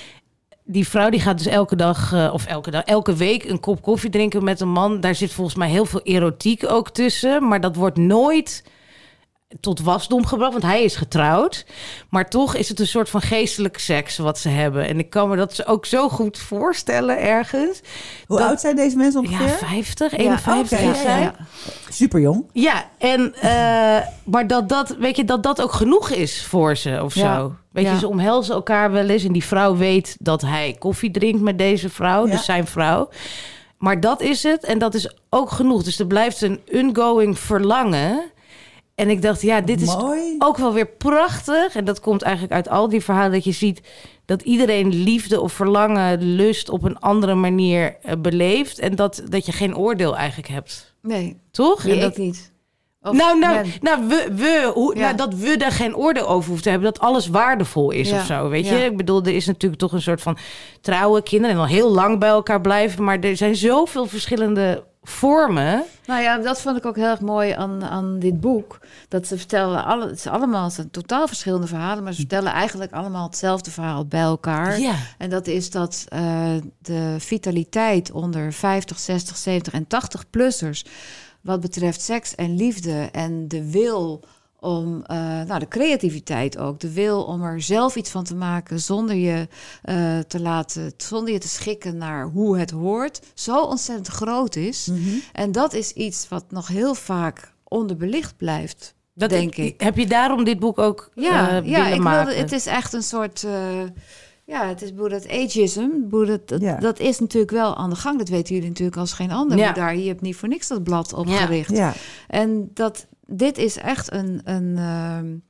S3: Die vrouw die gaat dus elke dag, uh, of elke dag, elke week een kop koffie drinken met een man. Daar zit volgens mij heel veel erotiek ook tussen. Maar dat wordt nooit tot wasdom gebracht, want hij is getrouwd. Maar toch is het een soort van geestelijke seks wat ze hebben. En ik kan me dat ook zo goed voorstellen ergens.
S6: Hoe
S3: dat,
S6: oud zijn deze mensen ongeveer?
S3: Ja, vijftig, eenenvijftig
S6: okay,
S3: is zij.
S6: ja, ja. Super jong.
S3: Ja, en, uh, maar dat dat, weet je, dat dat ook genoeg is voor ze of
S5: Ja.
S3: zo. Weet
S5: Ja.
S3: je, ze omhelzen elkaar wel eens. En die vrouw weet dat hij koffie drinkt met deze vrouw,
S6: Ja.
S3: dus zijn vrouw. Maar dat is het en dat is ook genoeg. Dus er blijft een ongoing verlangen. En ik dacht, ja, dit is
S6: Mooi.
S3: ook wel weer prachtig. En dat komt eigenlijk uit al die verhalen dat je ziet dat iedereen liefde of verlangen, lust op een andere manier uh, beleeft. En dat, dat je geen oordeel eigenlijk hebt.
S5: Nee,
S3: Toch?
S5: die
S3: En dat,
S5: ik niet. Of
S3: nou, nou,
S5: men.
S3: nou, we, we, hoe,
S5: Ja.
S3: nou, dat we daar geen oordeel over hoeven te hebben. Dat alles waardevol is
S5: Ja.
S3: of zo, weet je?
S5: Ja.
S3: Ik bedoel, er is natuurlijk toch een soort van trouwe kinderen en al heel lang bij elkaar blijven. Maar er zijn zoveel verschillende vormen.
S5: Nou ja, dat vond ik ook heel erg mooi aan, aan dit boek. Dat ze vertellen, alle, het is allemaal het zijn totaal verschillende verhalen, maar ze vertellen eigenlijk allemaal hetzelfde verhaal bij elkaar.
S3: Ja.
S5: En dat is dat uh, de vitaliteit onder vijftig, zestig, zeventig en tachtig-plussers... wat betreft seks en liefde en de wil om, uh, nou de creativiteit ook, de wil om er zelf iets van te maken zonder je uh, te laten, zonder je te schikken naar hoe het hoort, zo ontzettend groot is.
S6: Mm-hmm.
S5: En dat is iets wat nog heel vaak onderbelicht blijft,
S3: Dat
S5: denk ik.
S3: Heb je daarom dit boek ook
S5: Ja,
S3: uh,
S5: ja
S3: willen
S5: ik
S3: maken?
S5: wilde, het is echt een soort... Uh, ja, het is dat ageism. Dat, dat,
S6: Ja.
S5: dat is natuurlijk wel aan de gang. Dat weten jullie natuurlijk als geen ander.
S3: Ja.
S5: Maar daar, je hebt niet voor niks dat blad opgericht.
S6: Ja.
S5: En dat, dit is echt een, een, uh,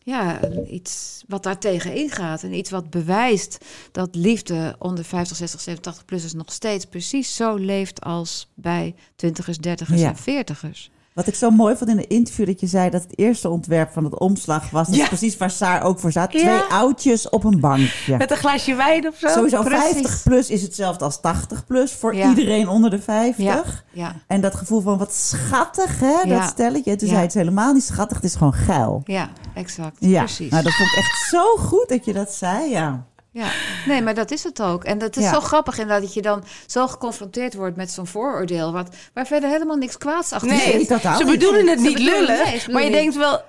S5: ja, iets wat daar tegen ingaat. En iets wat bewijst dat liefde onder vijftig, zestig, zeventig, tachtig-plussers nog steeds precies zo leeft als bij twintigers, dertigers
S6: Ja.
S5: en veertigers.
S6: Wat ik zo mooi vond in een interview dat je zei dat het eerste ontwerp van het omslag was. Dat
S3: Ja.
S6: is precies waar Saar ook voor staat.
S3: Ja.
S6: Twee oudjes op een bankje.
S3: Met een glaasje wijn of zo.
S6: Sowieso
S5: Precies.
S6: vijftig plus is hetzelfde als tachtig plus voor
S5: Ja.
S6: iedereen onder de vijftig.
S5: Ja, ja,
S6: En dat gevoel van wat schattig, hè,
S5: Ja.
S6: dat stelletje. Toen
S5: Ja.
S6: zei het is helemaal niet schattig, het is gewoon geil.
S5: ja, exact.
S6: Ja,
S5: Precies.
S6: nou dat vond ik echt zo goed dat je dat zei, ja.
S5: Ja, nee, maar dat is het ook. En dat is
S6: Ja.
S5: zo grappig inderdaad dat je dan zo geconfronteerd wordt met zo'n vooroordeel, wat, waar verder helemaal niks kwaads achter
S3: Nee,
S5: zit.
S6: totaal
S3: ze
S6: niet.
S3: bedoelen het
S5: Ze
S3: niet
S5: bedoelen-
S3: lullig,
S5: nee, ze bedoelen
S3: maar je
S5: niet.
S3: denkt wel,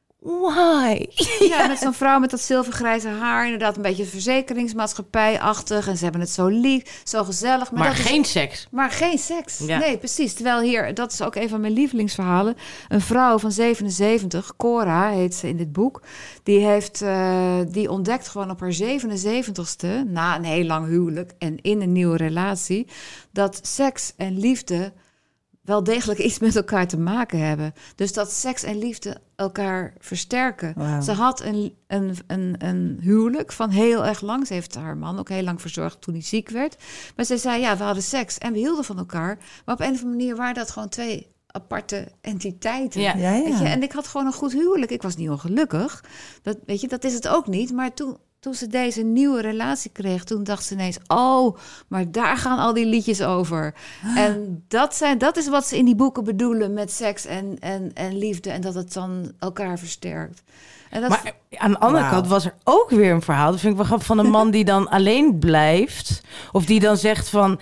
S3: why?
S5: Ja, met zo'n vrouw met dat zilvergrijze haar, inderdaad een beetje verzekeringsmaatschappij-achtig. En ze hebben het zo lief, zo gezellig. Maar,
S3: Maar
S5: dat is-
S3: geen seks.
S5: maar geen seks.
S3: Ja.
S5: Nee, precies. Terwijl hier, dat is ook een van mijn lievelingsverhalen. Een vrouw van zevenenzeventig, Cora heet ze in dit boek. Die, heeft, eh, die ontdekt gewoon op haar zevenenzeventigste, na een heel lang huwelijk en in een nieuwe relatie, dat seks en liefde wel degelijk iets met elkaar te maken hebben. Dus dat seks en liefde elkaar versterken.
S6: Wauw.
S5: Ze had een, een, een, een huwelijk van heel erg lang. Ze heeft haar man ook heel lang verzorgd toen hij ziek werd. Maar ze zei, ja, we hadden seks en we hielden van elkaar. Maar op een of andere manier waren dat gewoon twee aparte entiteiten.
S3: Ja.
S6: Ja, ja.
S5: Weet je? En ik had gewoon een goed huwelijk. Ik was niet ongelukkig. Dat, weet je, dat is het ook niet. Maar toen, toen ze deze nieuwe relatie kreeg, toen dacht ze ineens, oh, maar daar gaan al die liedjes over. En dat, zijn, dat is wat ze in die boeken bedoelen met seks en, en, en liefde. En dat het dan elkaar versterkt. En dat,
S3: Maar aan de andere
S6: Wauw.
S3: kant was er ook weer een verhaal. Dat vind ik wel grappig, van een man die dan alleen blijft. Of die dan zegt van,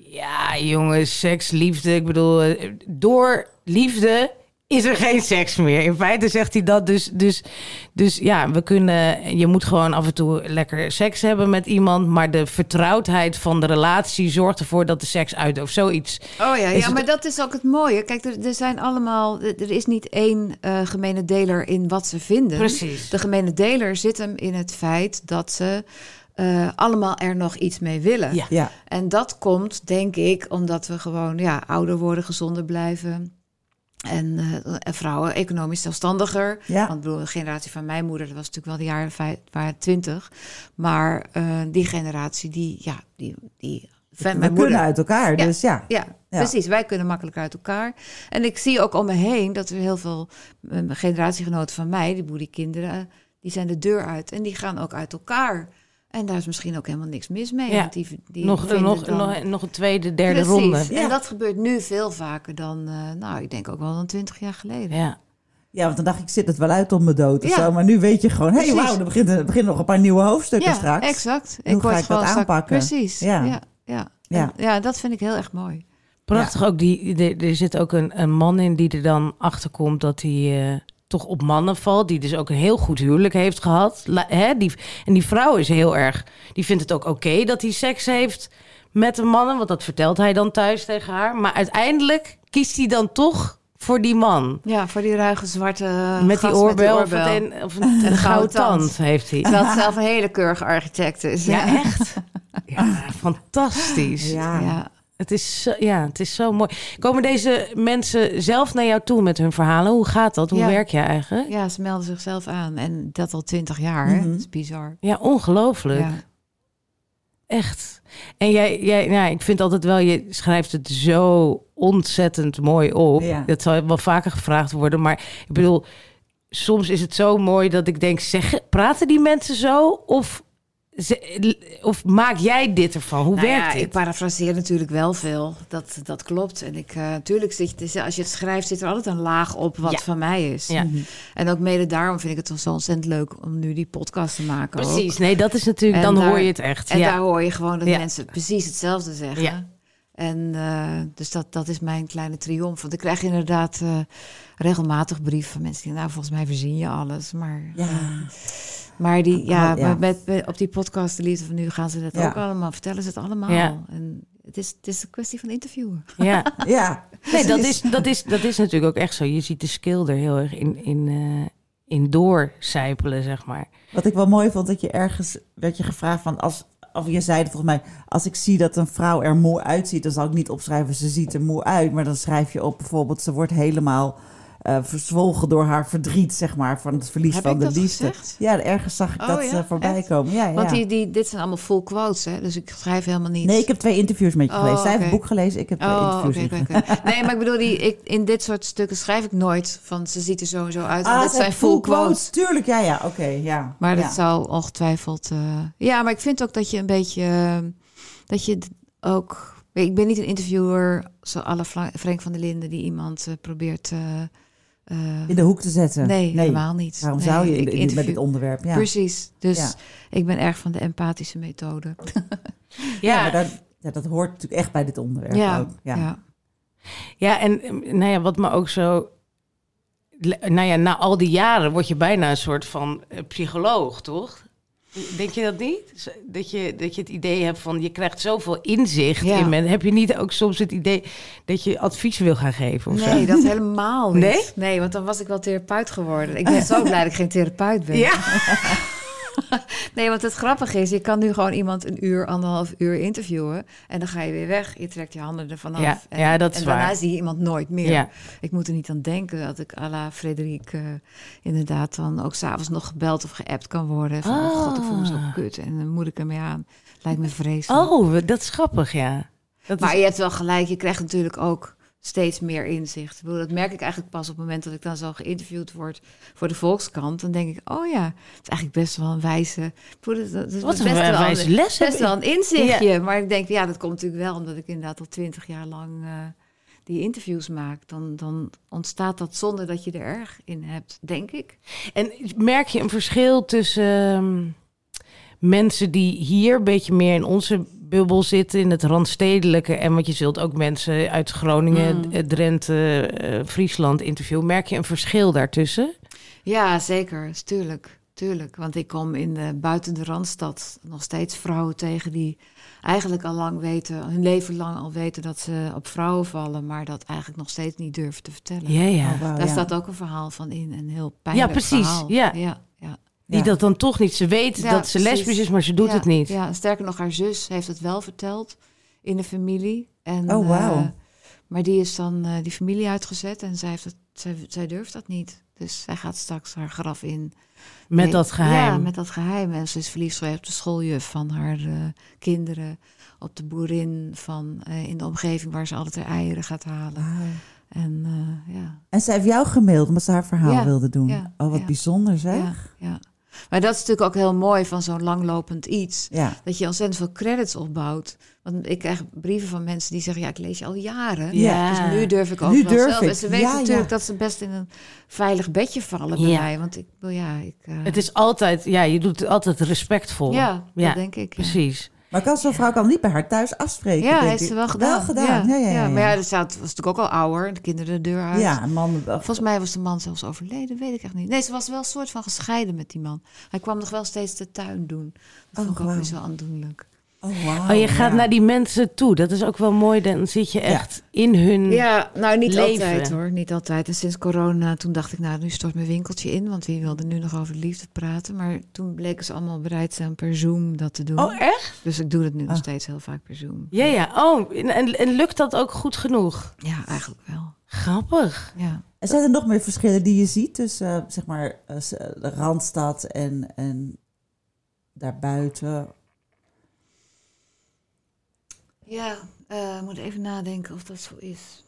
S3: ja jongens, seks, liefde. Ik bedoel, eh, door liefde is er geen seks meer. In feite zegt hij dat dus. Dus, dus ja, we kunnen, je moet gewoon af en toe lekker seks hebben met iemand. Maar de vertrouwdheid van de relatie zorgt ervoor dat de seks uit of zoiets.
S5: Oh ja,
S3: Is
S5: ja
S3: het-
S5: maar dat is ook het mooie. Kijk, er, er zijn allemaal, er is niet één uh, gemene deler in wat ze vinden.
S3: Precies.
S5: De gemene deler zit hem in het feit dat ze uh, allemaal er nog iets mee willen.
S3: Ja.
S6: Ja.
S5: En dat komt, denk ik, omdat we gewoon ja, ouder worden, gezonder blijven. En, uh, en vrouwen economisch zelfstandiger.
S6: Ja.
S5: Want ik bedoel, de generatie van mijn moeder, dat was natuurlijk wel de jaren vijf, waren twintig. Maar uh, die generatie, die, ja, die, die van
S6: We
S5: mijn
S6: kunnen
S5: moeder.
S6: uit elkaar,
S5: Ja.
S6: dus ja.
S5: Ja, precies. Wij kunnen makkelijk uit elkaar. En ik zie ook om me heen dat er heel veel uh, generatiegenoten van mij, die boeriekinderen, die zijn de deur uit. En die gaan ook uit elkaar. En daar is misschien ook helemaal niks mis mee.
S3: Ja.
S5: Want die, die
S3: Nog,
S5: vinden
S3: nog,
S5: dan-
S3: nog, nog een tweede, derde
S5: Precies.
S3: ronde.
S5: En dat gebeurt nu veel vaker dan, uh, nou, ik denk ook wel dan twintig jaar geleden.
S3: Ja.
S6: Ja, want dan dacht ik, ik zit het wel uit om mijn dood of
S5: Ja.
S6: zo. Maar nu weet je gewoon, hé, hey,
S5: Precies.
S6: wauw, er beginnen, er beginnen nog een paar nieuwe hoofdstukken
S5: Ja,
S6: straks.
S5: exact.
S6: Hoe ga
S5: word
S6: ik dat
S5: gewoon straks-
S6: aanpakken?
S5: Precies.
S6: Ja.
S5: Ja, ja, ja.
S6: Ja.
S5: En, ja, dat vind ik heel erg mooi.
S3: Prachtig ook. Die, er, er zit ook een, een man in die er dan achter komt dat hij uh, toch op mannen valt. Die dus ook een heel goed huwelijk heeft gehad. La, hè, die, en die vrouw is heel erg... Die vindt het ook oké okay dat hij seks heeft met een man. Want dat vertelt hij dan thuis tegen haar. Maar uiteindelijk kiest hij dan toch voor die man.
S5: Ja, voor die ruige zwarte
S3: Met die
S5: gast
S3: oorbel,
S5: met die
S3: of
S5: oorbel.
S3: een, of een, een gouden tand heeft hij.
S5: Terwijl het zelf een hele keurige architect is.
S3: Ja, echt. Ja, fantastisch.
S6: Ja.
S5: Ja.
S3: Het is, zo, ja, het is zo mooi. Komen deze mensen zelf naar jou toe met hun verhalen? Hoe gaat dat? Hoe
S5: Ja.
S3: werk je eigenlijk?
S5: Ja, ze melden zichzelf aan. En dat al twintig jaar. Hè?
S6: Mhm.
S5: Dat is bizar.
S3: Ja, ongelooflijk.
S5: Ja.
S3: Echt. En jij, jij nou, ik vind altijd wel, je schrijft het zo ontzettend mooi op.
S6: Ja.
S3: Dat zal wel vaker gevraagd worden. Maar ik bedoel, soms is het zo mooi dat ik denk, zeg, praten die mensen zo? Of, ze, of maak jij dit ervan? Hoe
S5: Nou
S3: werkt
S5: ja,
S3: dit?
S5: ik parafraseer natuurlijk wel veel. Dat, dat klopt. En ik, uh, natuurlijk, zit, je- als je het schrijft, zit er altijd een laag op wat
S3: Ja.
S5: van mij is.
S3: Ja.
S5: En ook mede daarom vind ik het toch zo ontzettend leuk om nu die podcast te maken. ook.
S3: Precies, nee, dat is natuurlijk,
S5: En
S3: dan
S5: daar-
S3: hoor je het echt.
S5: En
S3: ja.
S5: daar hoor je gewoon dat
S3: Ja.
S5: mensen precies hetzelfde zeggen.
S3: Ja.
S5: En uh, dus dat, dat is mijn kleine triomf. Want ik krijg inderdaad uh, regelmatig brieven van mensen die, nou, volgens mij verzin je alles. Maar,
S6: Ja.
S5: uh, maar die, ja,
S6: Oh, ja.
S5: maar Met, met, op die podcast, de liefde van nu, gaan ze dat
S6: Ja.
S5: ook allemaal, vertellen ze het allemaal.
S3: Ja.
S5: En het is, het is een kwestie van interviewen.
S3: Ja.
S6: Ja.
S3: Nee, dat is, dat, is, dat is natuurlijk ook echt zo. Je ziet de skill er heel erg in, in, uh, in doorcijpelen, zeg maar.
S6: Wat ik wel mooi vond, dat je ergens werd je gevraagd van, als, of je zei het volgens mij, als ik zie dat een vrouw er moe uitziet, dan zal ik niet opschrijven, ze ziet er moe uit. Maar dan schrijf je op bijvoorbeeld, ze wordt helemaal uh, verzwolgen door haar verdriet, zeg maar, van het verlies
S5: Heb
S6: van
S5: ik
S6: de
S5: dat
S6: liefde.
S5: gezegd?
S6: Ja, ergens zag ik
S5: Oh,
S6: dat
S5: ja?
S6: uh, voorbij
S5: Echt?
S6: komen. Ja,
S5: Want
S6: ja.
S5: die, die, dit zijn allemaal full quotes, hè? Dus ik schrijf helemaal niet...
S6: Nee, ik heb twee interviews met je
S5: Oh,
S6: gelezen. Zij heeft
S5: oké.
S6: een boek gelezen, ik heb twee
S5: Oh,
S6: interviews
S5: oké,
S6: okay,
S5: oké, oké. Nee, maar ik bedoel, die, ik, in dit soort stukken schrijf ik nooit van ze ziet er zo en zo uit.
S6: Ah,
S5: dit
S6: ze
S5: zijn
S6: heeft
S5: full quotes.
S6: Tuurlijk, ja, ja, oké, okay, ja.
S5: Maar dat
S6: ja.
S5: zou ongetwijfeld... Uh, ja, maar ik vind ook dat je een beetje... Uh, dat je ook... Ik ben niet een interviewer zo à la Frank van der Linden... die iemand uh, probeert... Uh, uh,
S6: in de hoek te zetten.
S5: Nee,
S6: nee.
S5: helemaal niet.
S6: Waarom
S5: nee,
S6: zou je in,
S5: interview...
S6: met dit onderwerp? Ja.
S5: Precies. Dus
S6: ja.
S5: ik ben erg van de empathische methode.
S6: ja, ja, maar dat, ja, dat hoort natuurlijk echt bij dit onderwerp
S5: ja,
S6: ook. Ja.
S3: Ja. ja, en nou ja, wat me ook zo... Nou ja, na al die jaren word je bijna een soort van uh, psycholoog, toch? Denk je dat niet? Dat je, dat je het idee hebt van, je krijgt zoveel inzicht
S5: ja.
S3: in men. Heb je niet ook soms het idee dat je advies wil gaan geven? Of
S5: nee,
S3: zo?
S5: dat helemaal niet.
S3: Nee?
S5: Nee, want dan was ik wel therapeut geworden. Ik ben zo blij dat ik geen therapeut ben.
S3: Ja.
S5: Nee, want het grappige is, je kan nu gewoon iemand een uur, anderhalf uur interviewen. En dan ga je weer weg. Je trekt je handen ervan af.
S3: Ja,
S5: en,
S3: ja, dat is
S5: en daarna
S3: waar.
S5: zie je iemand nooit meer.
S3: Ja.
S5: Ik moet er niet aan denken dat ik à la Frederik uh, inderdaad dan ook s'avonds nog gebeld of geappt kan worden. Van, oh. oh god, ik voel me zo kut. En dan moet ik ermee aan. Lijkt me vreselijk.
S3: Oh, dat is grappig, ja. Dat
S5: maar
S3: is...
S5: je hebt wel gelijk, je krijgt natuurlijk ook steeds meer inzicht. Ik bedoel, dat merk ik eigenlijk pas op het moment dat ik dan zo geïnterviewd word voor de Volkskrant. Dan denk ik, oh ja, het is eigenlijk best wel een wijze... Dat is
S3: Wat
S5: best
S3: een
S5: wel
S3: wijze
S5: een,
S3: les.
S5: Best wel een inzichtje.
S3: Ja.
S5: Maar ik denk, ja, dat komt natuurlijk wel omdat ik inderdaad al twintig jaar lang uh, die interviews maak. Dan, dan ontstaat dat zonder dat je er erg in hebt, denk ik.
S3: En merk je een verschil tussen uh, mensen die hier een beetje meer in onze bubbel zitten, in het randstedelijke, en want je zult ook mensen uit Groningen, mm. Drenthe, uh, Friesland interviewen. Merk je een verschil daartussen?
S5: Ja, zeker. Tuurlijk. Tuurlijk. Want ik kom in de, buiten de Randstad nog steeds vrouwen tegen die eigenlijk al lang weten, hun leven lang al weten dat ze op vrouwen vallen, maar dat eigenlijk nog steeds niet durven te vertellen.
S3: Ja, ja.
S5: Oh, wow, Daar ja. staat ook een verhaal van in, een heel pijnlijk
S3: ja, precies.
S5: verhaal.
S3: Ja,
S5: ja, ja.
S3: Die ja. dat dan toch niet. Ze weet ja, dat ze precies. lesbisch is, maar ze doet
S5: ja,
S3: het niet.
S5: Ja, sterker nog, haar zus heeft het wel verteld in de familie. En,
S6: oh, wauw. Uh,
S5: maar die is dan uh, die familie uitgezet en zij, heeft het, zij, zij durft dat niet. Dus zij gaat straks haar graf in.
S3: Met nee, dat geheim.
S5: Ja, met dat geheim. En ze is verliefd geweest op de schooljuf van haar uh, kinderen. Op de boerin van, uh, in de omgeving waar ze altijd haar eieren gaat halen. Wow. En, uh, ja.
S6: en ze heeft jou gemaild omdat ze haar verhaal
S5: ja,
S6: wilde doen.
S5: Ja,
S6: oh, wat
S5: ja.
S6: bijzonder zeg.
S5: Ja, ja. Maar dat is natuurlijk ook heel mooi van zo'n langlopend iets.
S6: Ja.
S5: Dat je ontzettend veel credits opbouwt. Want ik krijg brieven van mensen die zeggen, ja, ik lees je al jaren.
S3: Ja.
S5: Dus nu durf ik ook
S6: nu
S5: wel
S6: durf
S5: zelf.
S6: Ik.
S5: En ze weten
S6: ja,
S5: natuurlijk
S6: ja.
S5: dat ze best in een veilig bedje vallen bij
S3: ja.
S5: mij. Want ik, ja, ik... Uh...
S3: Het is altijd, ja, je doet het altijd respectvol.
S5: Ja,
S3: ja.
S5: dat denk ik. Ja.
S3: Precies.
S6: Maar kan zo'n vrouw kan niet bij haar thuis afspreken?
S5: Ja,
S6: denk
S5: heeft
S6: ik.
S5: ze wel gedaan.
S6: Wel gedaan, ja. ja, ja, ja, ja.
S5: Maar ja, dat was natuurlijk ook al ouder. De kinderen de deur uit.
S6: Ja, een man...
S5: Volgens mij was de man zelfs overleden, weet ik echt niet. Nee, ze was wel een soort van gescheiden met die man. Hij kwam nog wel steeds de tuin doen. Dat
S6: oh,
S5: vond ik ook
S6: wow.
S5: weer zo aandoenlijk.
S6: Oh, wow,
S3: oh, je gaat
S6: ja.
S3: naar die mensen toe. Dat is ook wel mooi. Dan zit je echt ja. in hun
S5: Ja, nou niet
S3: leven.
S5: altijd hoor. Niet altijd. En sinds corona, toen dacht ik, nou, nu stort mijn winkeltje in. Want wie wilde nu nog over liefde praten. Maar toen bleken ze allemaal bereid zijn per Zoom dat te doen.
S3: Oh, echt?
S5: Dus ik doe het nu
S6: oh.
S5: nog steeds heel vaak per Zoom.
S3: Ja, ja. Oh, en, en lukt dat ook goed genoeg?
S5: Ja, eigenlijk wel.
S3: Grappig.
S5: Ja.
S6: En zijn er nog meer verschillen die je ziet tussen, uh, zeg maar, uh, de Randstad en, en daarbuiten?
S5: Ja, ik uh, moet even nadenken of dat zo is.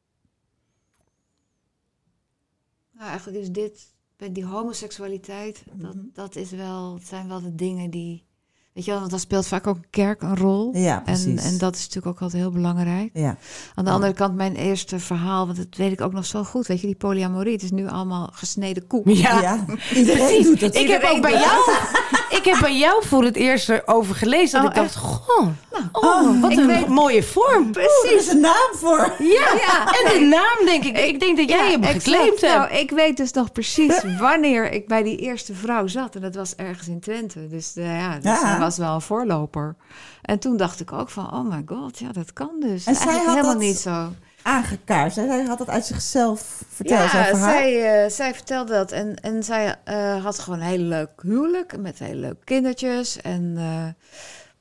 S5: Nou, eigenlijk is dit, die homoseksualiteit, dat,
S6: Mm-hmm.
S5: dat is wel, het zijn wel de dingen die, weet je wel, want dan speelt vaak ook een kerk een rol.
S6: Ja, precies.
S5: En, en dat is natuurlijk ook altijd heel belangrijk.
S6: Ja.
S5: Aan de
S6: ja.
S5: andere kant, mijn eerste verhaal, want dat weet ik ook nog zo goed, weet je, die polyamorie, het is nu allemaal gesneden koek.
S3: Ja,
S6: ja. Iedereen doet het.
S3: Ik heb ook bij jou, ik heb bij jou voor het eerst erover gelezen. Dat
S5: Oh,
S3: ik dacht, goh,
S5: Nou,
S3: oh, wat
S5: ik
S3: een
S5: weet-
S3: mooie vorm.
S6: Precies. Er is een naam voor.
S3: Ja, ja, en de naam denk ik. Ik denk dat jij
S5: Ja,
S3: hem
S5: exact.
S3: geclaimd hebt.
S5: Nou, ik weet dus nog precies wanneer ik bij die eerste vrouw zat. En dat was ergens in Twente. Dus, uh, ja, dus
S6: Ja.
S5: hij was wel een voorloper. En toen dacht ik ook van, oh my god, ja, dat kan dus.
S6: En zij
S5: Eigenlijk
S6: had
S5: helemaal
S6: dat-
S5: niet zo.
S6: Aangekaart. Zij had het uit zichzelf verteld.
S5: Ja,
S6: over haar.
S5: zij, uh, zij vertelde dat. En, en zij uh, had gewoon een heel leuk huwelijk met hele leuke kindertjes. En, uh,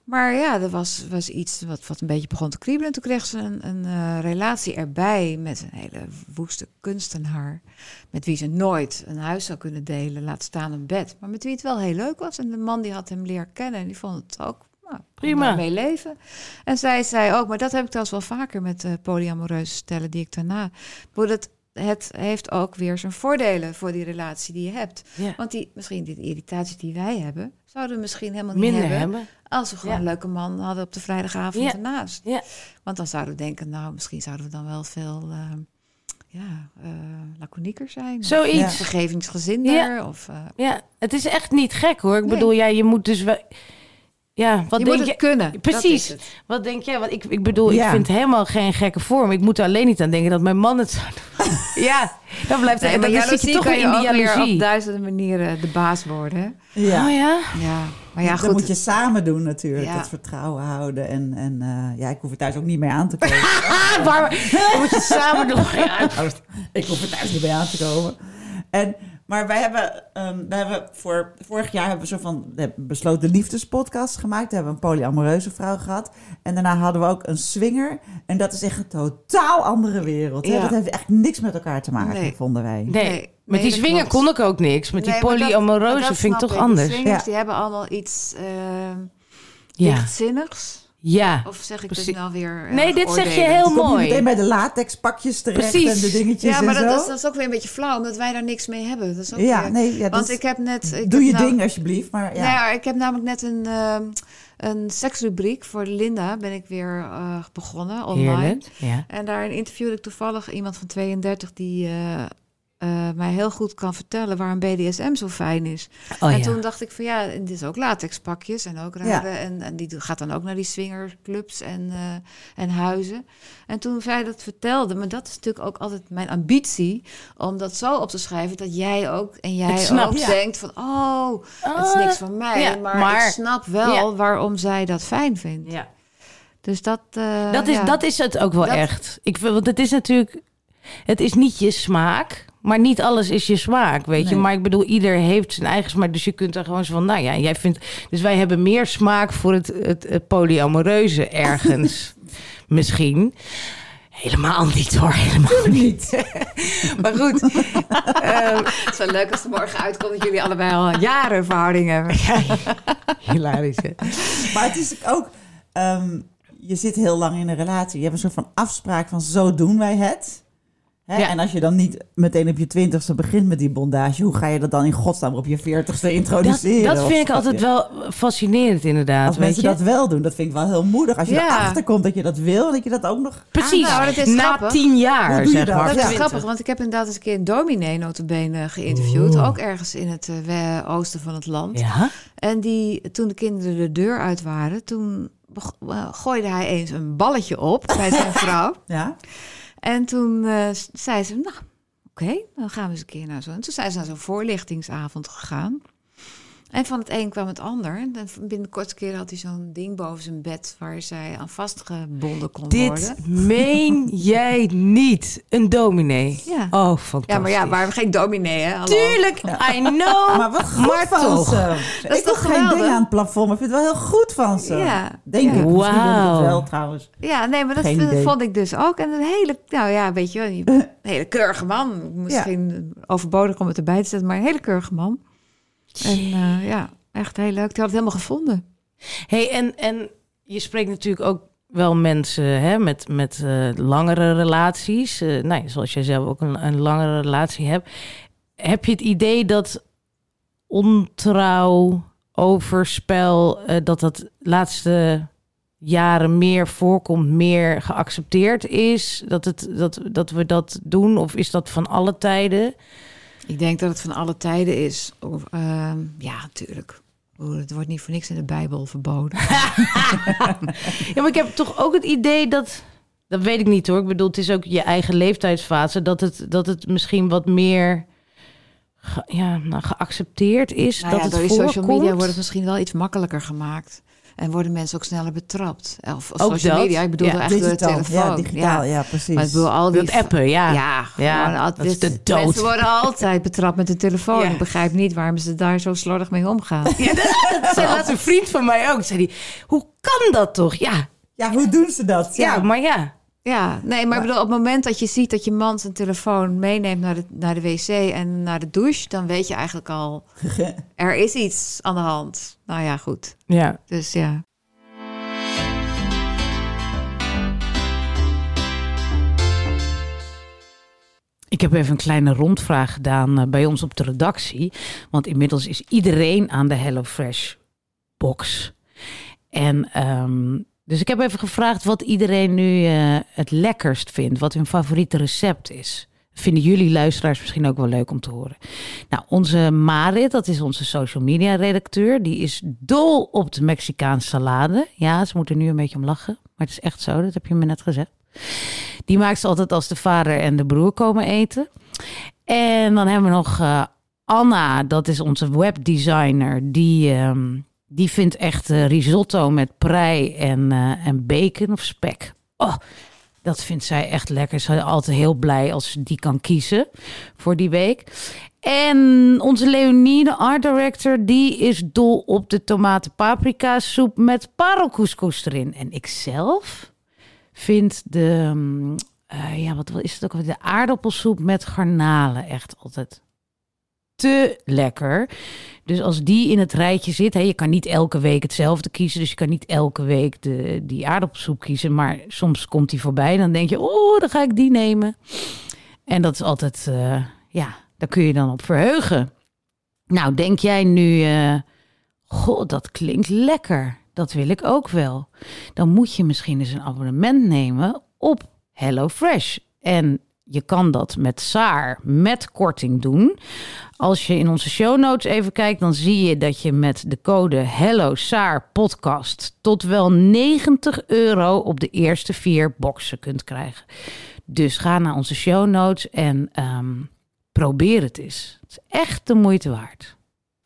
S5: Maar ja, er was, was iets wat, wat een beetje begon te kriebelen. Toen kreeg ze een, een uh, relatie erbij met een hele woeste kunstenaar. Met wie ze nooit een huis zou kunnen delen, laat staan een bed. Maar met wie het wel heel leuk was. En de man die had hem leren kennen en die vond het ook nou, prima mee leven. En zij zei ook, maar dat heb ik trouwens wel vaker met uh, polyamoreuze stellen die ik daarna... Het, het heeft ook weer zijn voordelen voor die relatie die je hebt. Ja. Want die, misschien die irritatie die wij hebben, zouden we misschien helemaal niet
S3: Minder
S5: hebben,
S3: hebben.
S5: Als we gewoon ja. een leuke man hadden op de vrijdagavond
S3: ja.
S5: ernaast.
S3: Ja.
S5: Want dan zouden we denken, nou, misschien zouden we dan wel veel uh, ja, uh, laconieker zijn.
S3: Zoiets.
S5: Ja. Vergevingsgezinder. Ja. Of, uh,
S3: ja, het is echt niet gek hoor. Ik
S5: nee.
S3: bedoel, ja, je moet dus wel... Ja, wat
S5: je
S3: denk
S5: moet het
S3: je?
S5: kunnen.
S3: Precies.
S5: Het.
S3: Wat denk jij? Want ik, ik bedoel,
S6: ja.
S3: ik vind helemaal geen gekke vorm. Ik moet er alleen niet aan denken dat mijn man het zou doen. Ja, dan blijft
S5: nee,
S3: het.
S5: Maar
S3: dan zit je toch
S5: kan
S3: weer
S5: je
S3: in die
S5: ook weer
S3: jaloezie.
S5: op duizenden manieren de baas worden. Hè?
S6: Ja.
S3: Oh ja?
S5: Ja. Maar ja, goed.
S6: Dat moet je samen doen natuurlijk.
S5: Ja.
S6: Dat vertrouwen houden. En, en uh, ja, ik hoef er thuis ook niet mee aan te komen.
S3: Maar dat moet je samen doen. Ja.
S6: Ik hoef er thuis niet mee aan te komen. En... Maar wij hebben, um, wij hebben voor vorig jaar hebben we zo van besloten liefdespodcast gemaakt. Daar hebben we een polyamoreuze vrouw gehad. En daarna hadden we ook een swinger. En dat is echt een totaal andere wereld.
S3: Ja.
S6: Dat heeft echt niks met elkaar te maken,
S5: nee.
S6: vonden wij.
S3: Nee,
S5: nee
S3: met die
S5: nee,
S3: swinger kon ik ook niks. Met
S5: nee,
S3: die polyamoreuze
S5: dat, dat
S3: vind ik toch
S5: ik.
S3: anders.
S5: De swingers
S3: ja.
S5: die hebben allemaal iets uh,
S3: ja.
S5: lichtzinnigs.
S3: Ja.
S5: Of zeg ik
S3: precies.
S5: het nou weer uh,
S3: Nee, dit zeg je heel
S6: Dan kom je
S3: mooi.
S6: meteen bij de latexpakjes terecht
S3: Precies.
S6: en de dingetjes
S5: Ja, maar
S6: en
S5: dat
S6: zo.
S5: is, dat is ook weer een beetje flauw, omdat wij daar niks mee hebben. Dat is ook
S6: ja,
S5: weer,
S6: nee, ja,
S5: want
S6: dat,
S5: ik heb net... Ik
S6: doe
S5: heb
S6: je
S5: nou,
S6: ding alsjeblieft, maar ja.
S5: Nou, ik heb namelijk net een, uh, een seksrubriek voor Linda, ben ik weer uh, begonnen, online.
S3: Heerlijk, ja.
S5: En daarin interviewde ik toevallig iemand van tweeëndertig die... Uh, Uh, mij heel goed kan vertellen waarom B D S M zo fijn is.
S3: Oh,
S5: en
S3: ja.
S5: toen dacht ik van ja, dit is ook latexpakjes en ook raden. Ja. En, en die gaat dan ook naar die swingerclubs en, uh, en huizen. En toen zij dat vertelde, maar dat is natuurlijk ook altijd mijn ambitie, om dat zo op te schrijven dat jij ook en jij
S3: snap,
S5: ook
S3: ja.
S5: denkt van oh, uh, het is niks van mij,
S3: ja,
S5: maar,
S3: maar
S5: ik snap wel
S3: ja.
S5: waarom zij dat fijn vindt.
S3: Ja.
S5: Dus dat... Uh,
S3: Dat is,
S5: ja.
S3: dat is het ook wel
S5: Dat...
S3: echt. Ik, want het is natuurlijk... Het is niet je smaak, maar niet alles is je smaak, weet
S6: nee.
S3: je. Maar ik bedoel, ieder heeft zijn eigen smaak. Dus je kunt er gewoon zo van, nou ja, jij vindt... Dus wij hebben meer smaak voor het, het, het polyamoreuze ergens. Misschien. Helemaal niet hoor, helemaal niet. Maar goed. um,
S5: het is wel leuk als het morgen uitkomt dat jullie allebei al jaren verhouding hebben.
S3: Hilarisch, hè?
S6: Maar het is ook... Um, je zit heel lang in een relatie. Je hebt een soort van afspraak van zo doen wij het. Hè? Ja. En als je dan niet meteen op je twintigste begint met die bondage... hoe ga je dat dan in godsnaam op je veertigste introduceren?
S3: Dat, dat vind ik altijd je? wel fascinerend inderdaad.
S6: Als
S3: weet
S6: mensen
S3: je?
S6: dat wel doen, dat vind ik wel heel moedig. Als je
S5: ja.
S6: erachter komt dat je dat wil, dat je dat ook nog...
S3: Precies,
S5: ah, nou, dat is
S3: na
S5: grappig.
S3: tien jaar,
S6: Hoe doe je
S3: zeg
S6: dat?
S3: maar.
S5: Dat is
S3: twintig.
S5: grappig, want ik heb inderdaad eens een keer een dominee notabene geïnterviewd. Oeh. Ook ergens in het uh, oosten van het land.
S3: Ja?
S5: En die, toen de kinderen de deur uit waren, toen gooide hij eens een balletje op bij zijn vrouw.
S6: Ja.
S5: En toen uh, zei ze, nou, oké, okay, dan gaan we eens een keer naar zo'n... Toen zijn ze naar zo'n voorlichtingsavond gegaan. En van het een kwam het ander. En binnen de kortste keer had hij zo'n ding boven zijn bed waar zij aan vastgebonden kon
S3: Dit
S5: worden.
S3: Dit meen jij niet. Een dominee.
S5: Ja.
S3: Oh, fantastisch.
S5: Ja, maar ja, maar geen dominee, hè? Hallo.
S3: Tuurlijk, ja. I know.
S6: Maar wat goed
S3: maar
S6: van
S3: toch.
S6: ze.
S5: Dat is
S6: ik heb
S5: toch
S6: geen
S5: geweldig?
S6: ding aan het plafond, maar ik vind het wel heel goed van ze.
S5: Ja.
S6: Denk
S5: ja.
S6: ik.
S3: Wow.
S6: Misschien doen we het wel trouwens.
S5: Ja, nee, maar dat
S6: Geen
S5: vind,
S6: idee.
S5: vond ik dus ook. En een hele, nou ja, weet je wel, een hele keurige man. Misschien ja. overbodig om het erbij te zetten, maar een hele keurige man. En uh, ja, echt heel leuk. Die had het helemaal gevonden.
S3: Hey, en, en je spreekt natuurlijk ook wel mensen hè, met, met uh, langere relaties. Uh, nou, zoals jij zelf ook een, een langere relatie hebt. Heb je het idee dat ontrouw, overspel, uh, dat dat laatste jaren meer voorkomt, meer geaccepteerd is? Dat, het, dat, dat we dat doen? Of is dat van alle tijden?
S5: Ik denk dat het van alle tijden is. Of, uh, ja, natuurlijk. Het wordt niet voor niks in de Bijbel verboden.
S3: Ja, maar ik heb toch ook het idee dat... Dat weet ik niet hoor. Ik bedoel, het is ook je eigen leeftijdsfase. Dat het, dat het misschien wat meer ge, ja, nou, geaccepteerd is.
S5: Nou
S3: dat
S5: ja,
S3: het
S5: door
S3: voorkomt.
S5: social media wordt het misschien wel iets makkelijker gemaakt. En worden mensen ook sneller betrapt. Of, of
S3: Ook
S5: social
S3: dat?
S5: media, ik bedoel
S3: Ja.
S5: eigenlijk
S6: Digitaal,
S5: door de telefoon.
S6: ja, digitaal, ja, precies.
S5: Maar ik bedoel, al die
S3: Dat appen, ja.
S5: Ja,
S3: Ja,
S5: gewoon al-
S3: dat is
S5: dus
S3: de dood.
S5: Mensen worden altijd betrapt met de telefoon.
S3: Ja.
S5: Ik begrijp niet waarom ze daar zo slordig mee omgaan.
S3: Ja, dat, dat zei laatst een vriend van mij ook. Zei die, hoe kan dat toch? Ja,
S6: Ja, hoe doen ze dat?
S3: ja, maar ja.
S5: Ja, nee, maar ik bedoel, op het moment dat je ziet dat je man zijn telefoon meeneemt naar de, naar de wc en naar de douche, dan weet je eigenlijk al, er is iets aan de hand. Nou ja, goed.
S3: Ja.
S5: Dus ja.
S3: Ik heb even een kleine rondvraag gedaan uh, bij ons op de redactie. Want inmiddels is iedereen aan de HelloFresh box. En um, dus ik heb even gevraagd wat iedereen nu uh, het lekkerst vindt. Wat hun favoriete recept is. Vinden jullie luisteraars misschien ook wel leuk om te horen. Nou, onze Marit, dat is onze social media redacteur. Die is dol op de Mexicaanse salade. Ja, ze moet er nu een beetje om lachen. Maar het is echt zo, dat heb je me net gezegd. Die maakt ze altijd als de vader en de broer komen eten. En dan hebben we nog uh, Anna, dat is onze webdesigner. Die, um, die vindt echt uh, risotto met prei en, uh, en bacon of spek. Oh, dat vindt zij echt lekker. Ze is altijd heel blij als ze die kan kiezen voor die week. En onze Leonie, de art director, die is dol op de tomaten paprika soep met parelcouscous erin. En ikzelf vind de, uh, ja, wat is het ook alweer? De aardappelsoep met garnalen echt altijd te lekker. Dus als die in het rijtje zit, hè, je kan niet elke week hetzelfde kiezen, dus je kan niet elke week de, die aardappelsoep kiezen, maar soms komt die voorbij, dan denk je, oh, dan ga ik die nemen. En dat is altijd, uh, ja, daar kun je dan op verheugen. Nou, denk jij nu, uh, goh, dat klinkt lekker. Dat wil ik ook wel. Dan moet je misschien eens een abonnement nemen op HelloFresh. En je kan dat met Saar met korting doen. Als je in onze show notes even kijkt, dan zie je dat je met de code Hello Saar Podcast tot wel negentig euro op de eerste vier boxen kunt krijgen. Dus ga naar onze show notes en um, probeer het eens. Het is echt de moeite waard.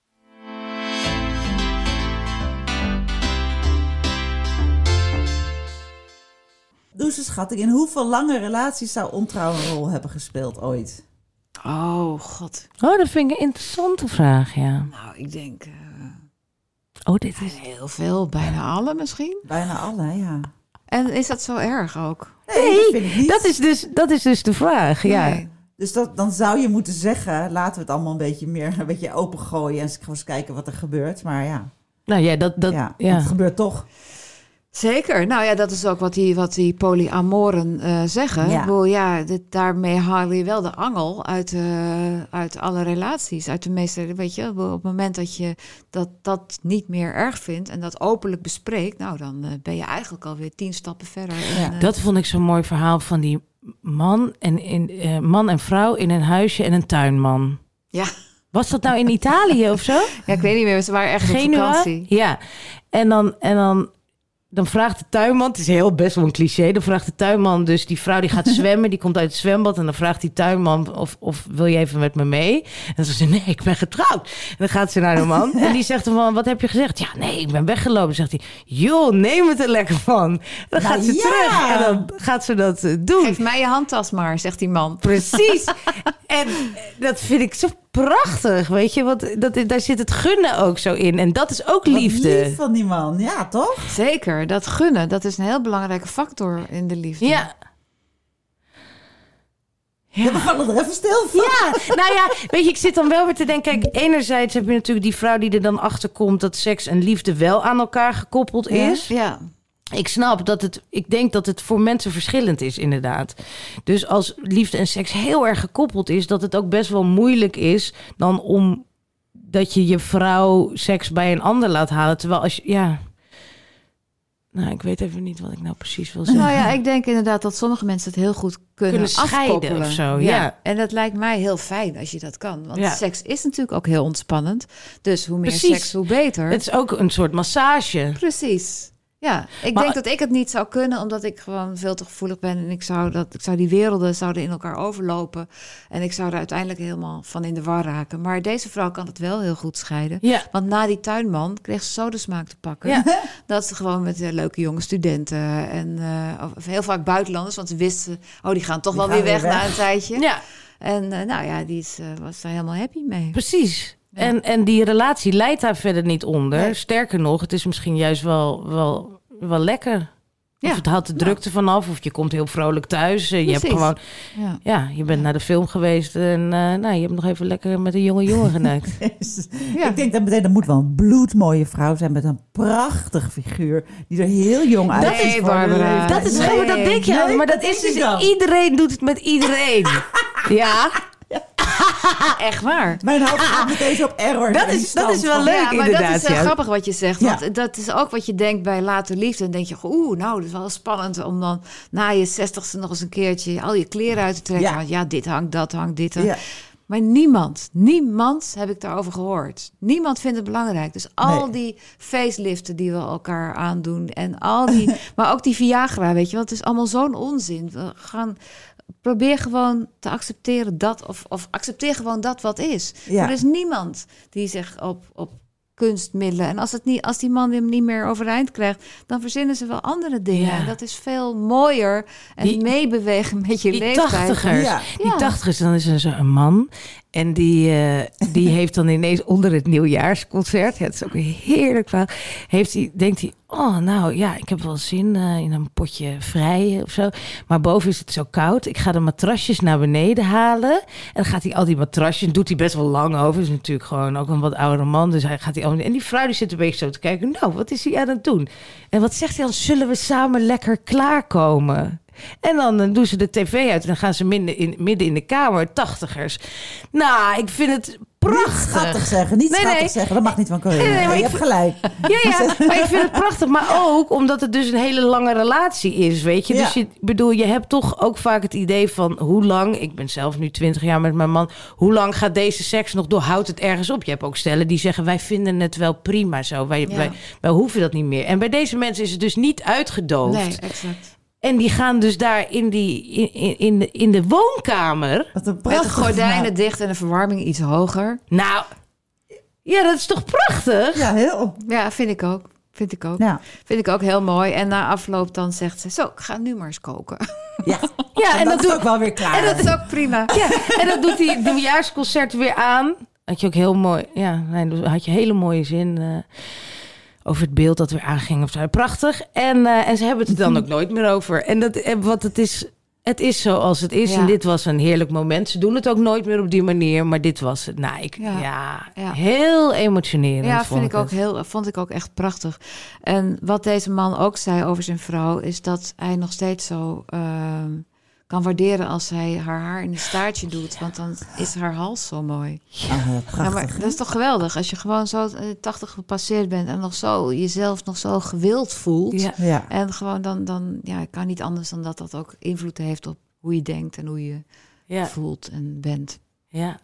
S6: Doe ze schatting. In hoeveel lange relaties zou ontrouw een rol hebben gespeeld ooit?
S5: Oh, god.
S3: Oh, dat vind ik een interessante vraag, ja.
S5: Nou, ik denk uh,
S3: oh, dit is
S5: heel veel. Bijna alle misschien.
S6: Bijna alle, ja.
S5: En is dat zo erg ook?
S6: Nee,
S3: Nee,
S6: dat vind ik niet.
S3: dat is dus, dat is dus de vraag, ja.
S5: Nee.
S6: Dus dat, dan zou je moeten zeggen, laten we het allemaal een beetje meer een beetje opengooien en gewoon eens kijken wat er gebeurt. Maar ja,
S3: Nou ja, dat, dat,
S6: ja,
S3: ja.
S6: het gebeurt toch.
S5: Zeker. Nou ja, dat is ook wat die, wat die polyamoren uh, zeggen.
S6: Ja.
S5: Ik bedoel, ja, dit, daarmee haal je wel de angel uit, uh, uit alle relaties. Uit de meeste, weet je, op het moment dat je dat, dat niet meer erg vindt en dat openlijk bespreekt, nou dan uh, ben je eigenlijk alweer tien stappen verder.
S6: Ja.
S5: En, uh,
S3: Dat vond ik zo'n mooi verhaal van die man en, in, uh, man en vrouw in een huisje en een tuinman.
S5: ja.
S3: Was dat nou in Italië of zo?
S5: ja, ik weet niet meer, ze waren echt op
S3: Genua?
S5: vakantie.
S3: Ja, en dan, en dan, dan vraagt de tuinman, het is heel best wel een cliché, dan vraagt de tuinman dus, die vrouw die gaat zwemmen, die komt uit het zwembad en dan vraagt die tuinman of, of wil je even met me mee? En dan zegt ze, nee, ik ben getrouwd. En dan gaat ze naar de man en die zegt dan van, wat heb je gezegd? Ja, nee, ik ben weggelopen. Zegt hij, joh, neem het er lekker van. Dan gaat
S6: Nou,
S3: ze
S6: ja.
S3: terug en dan gaat ze dat uh, doen.
S5: Geef mij je handtas maar, zegt die man.
S3: Precies. En dat vind ik zo prachtig, weet je. Want dat, daar zit het gunnen ook zo in. En dat is ook
S6: Wat
S3: liefde.
S6: lief van die man, ja toch?
S5: Zeker, dat gunnen, dat is een heel belangrijke factor in de liefde.
S3: Ja.
S6: Ja, we gaan er even stil van.
S3: Ja, nou ja, weet je, ik zit dan wel weer te denken... Kijk, enerzijds heb je natuurlijk die vrouw die er dan achter komt... dat seks en liefde wel aan elkaar gekoppeld is.
S5: Ja.
S3: Ik snap dat het... Ik denk dat het voor mensen verschillend is, inderdaad. Dus als liefde en seks heel erg gekoppeld is... dat het ook best wel moeilijk is... dan om dat je je vrouw seks bij een ander laat halen. Terwijl als je... Ja... Nou, ik weet even niet wat ik nou precies wil zeggen.
S5: Nou ja, ik denk inderdaad dat sommige mensen het heel goed kunnen,
S3: Kunnen scheiden
S5: afkoppelen.
S3: of zo, ja.
S5: En dat lijkt mij heel fijn als je dat kan. Want
S3: Ja.
S5: seks is natuurlijk ook heel ontspannend. Dus hoe meer
S3: Precies.
S5: seks, hoe beter.
S3: Het is ook een soort massage.
S5: Precies. Ja, ik
S3: Maar-
S5: denk dat ik het niet zou kunnen, omdat ik gewoon veel te gevoelig ben. En ik zou, dat, ik zou die werelden zouden in elkaar overlopen. En ik zou er uiteindelijk helemaal van in de war raken. Maar deze vrouw kan het wel heel goed scheiden.
S3: Ja.
S5: Want na die tuinman kreeg ze zo de smaak te pakken.
S3: Ja.
S5: Dat ze gewoon met uh, leuke jonge studenten en uh, of heel vaak buitenlanders. Want ze wisten, oh, die gaan toch
S6: Die
S5: wel
S6: gaan
S5: weer weg,
S6: weer weg.
S5: na een tijdje.
S3: Ja,
S5: En uh, nou ja, die is, uh, was daar helemaal happy mee.
S3: precies. En, en die relatie leidt daar verder niet onder.
S5: Nee.
S3: Sterker nog, het is misschien juist wel, wel, wel lekker. Of
S5: Ja.
S3: het haalt de drukte vanaf, of je komt heel vrolijk thuis. Eh, Je hebt
S5: Precies.
S3: gewoon,
S5: Ja.
S3: ja, je bent naar de film geweest en uh, nou, je hebt nog even lekker met een jonge jongen geneukt.
S5: Ja.
S6: Ik denk dat meteen, dat moet wel een bloedmooie vrouw zijn met een prachtig figuur. Die er heel jong
S5: Dat
S6: uitziet.
S5: is
S6: voor de
S5: Barbara.
S6: leeftijd.
S3: Dat is
S5: Nee.
S3: gewoon, dat denk je
S6: Nee,
S3: ook, maar
S6: dat
S3: dat is
S6: denk
S3: dus,
S6: ik ook.
S3: iedereen doet het met iedereen. Ja,
S5: Echt waar.
S6: Mijn hoofd gaat meteen zo op error.
S3: Dat is- dat is wel leuk.
S5: Ja, maar
S3: inderdaad,
S5: dat is uh,
S3: ja.
S5: grappig wat je zegt.
S6: Ja.
S5: Want dat is ook wat je denkt bij later liefde. Dan denk je, oeh, nou, dat is wel spannend om dan na je zestigste nog eens een keertje al je kleren uit te trekken.
S6: Ja.
S5: Want ja, dit hangt, dat hangt, dit. hangt.
S6: Ja.
S5: Maar niemand, niemand heb ik daarover gehoord. Niemand vindt het belangrijk. Dus al
S6: Nee.
S5: die faceliften die we elkaar aandoen en al die, maar ook die Viagra, weet je wel, het is allemaal zo'n onzin. We gaan probeer gewoon te accepteren dat, of, of accepteer gewoon dat wat is.
S6: Ja.
S5: Er is niemand die zich op, op kunstmiddelen. En als, het niet, als die man hem niet meer overeind krijgt, dan verzinnen ze wel andere dingen.
S3: Ja.
S5: En dat is veel mooier. En
S3: Die-
S5: meebewegen met je
S3: die
S5: leeftijd.
S3: tachtigers.
S6: Ja.
S3: Die
S5: Ja.
S3: tachtigers, dan is er zo een man. En die, eh, die heeft dan ineens onder het nieuwjaarsconcert... Ja, het is ook een heerlijk verhaal. Heeft hij, denkt hij, oh nou ja, ik heb wel zin eh, in een potje vrij of zo. Maar boven is het zo koud. Ik ga de matrasjes naar beneden halen. En dan gaat hij al die matrasjes, doet hij best wel lang over. Is natuurlijk gewoon ook een wat oudere man. Dus hij gaat die al. En die vrouw die zit een beetje zo te kijken. Nou, wat is hij aan het doen? En wat zegt hij dan? Zullen we samen lekker klaarkomen? En dan eh, doen ze de tv uit en dan gaan ze midden in, midden in de kamer, tachtigers. Nou, ik vind het
S6: Niet
S3: prachtig.
S6: schattig zeggen, niet
S3: Nee,
S6: schattig
S3: nee.
S6: zeggen. Dat mag niet van Corinne.
S3: Nee, nee, maar
S6: je
S3: ik
S6: hebt
S3: vind-
S6: gelijk.
S3: Ja, ja, maar ik vind het prachtig. Maar ook omdat het dus een hele lange relatie is, weet je.
S6: Ja.
S3: Dus je, ik bedoel, je hebt toch ook vaak het idee van hoe lang... Ik ben zelf nu twintig jaar met mijn man. Hoe lang gaat deze seks nog door? Houdt het ergens op? Je hebt ook stellen die zeggen, wij vinden het wel prima zo. Wij,
S5: Ja.
S3: wij, wij hoeven dat niet meer. En bij deze mensen is het dus niet uitgedoofd.
S5: Nee, exact.
S3: En die gaan dus daar in, die, in, in, de, in de woonkamer...
S6: Wat een
S5: Met de
S6: prachtig
S5: gordijnen
S6: verhaal.
S5: dicht en de verwarming iets hoger.
S3: Nou, ja, dat is toch prachtig?
S6: Ja, heel.
S5: Ja, vind ik ook. Vind ik ook.
S6: Ja.
S5: Vind ik ook heel mooi. En na afloop dan zegt ze, zo, ik ga nu maar eens koken.
S6: Ja.
S3: Ja, en dat
S6: is
S3: doet
S6: ook wel weer klaar.
S5: En dat is ook prima.
S3: Ja, en dat doet hij nieuwjaarsconcert weer aan. Had je ook heel mooi, ja, nee, had je hele mooie zin eh, over het beeld dat weer aanging of zo. Prachtig. En, eh, en ze hebben het er dan ook nooit meer over. En dat, en wat het is, het is zoals het is.
S5: Ja.
S3: En dit was een heerlijk moment. Ze doen het ook nooit meer op die manier, maar dit was het. Nou, ik, ja,
S5: Ja. Ja.
S3: heel emotionerend.
S5: Ja,
S3: vond
S5: vind ik ook
S3: het.
S5: heel, vond ik ook echt prachtig. En wat deze man ook zei over zijn vrouw, is dat hij nog steeds zo ehm, kan waarderen als hij haar haar in een staartje doet. Want dan is haar hals zo mooi.
S6: Ah,
S5: Ja,
S6: prachtig.
S5: maar dat is toch geweldig als je gewoon zo eh, tachtig gepasseerd bent en nog zo jezelf nog zo gewild voelt.
S3: Ja.
S6: Ja.
S5: En gewoon dan, dan, ja, ik kan niet anders dan dat dat ook invloed heeft op hoe je denkt en hoe je
S3: Ja,
S5: voelt en bent.
S3: ja.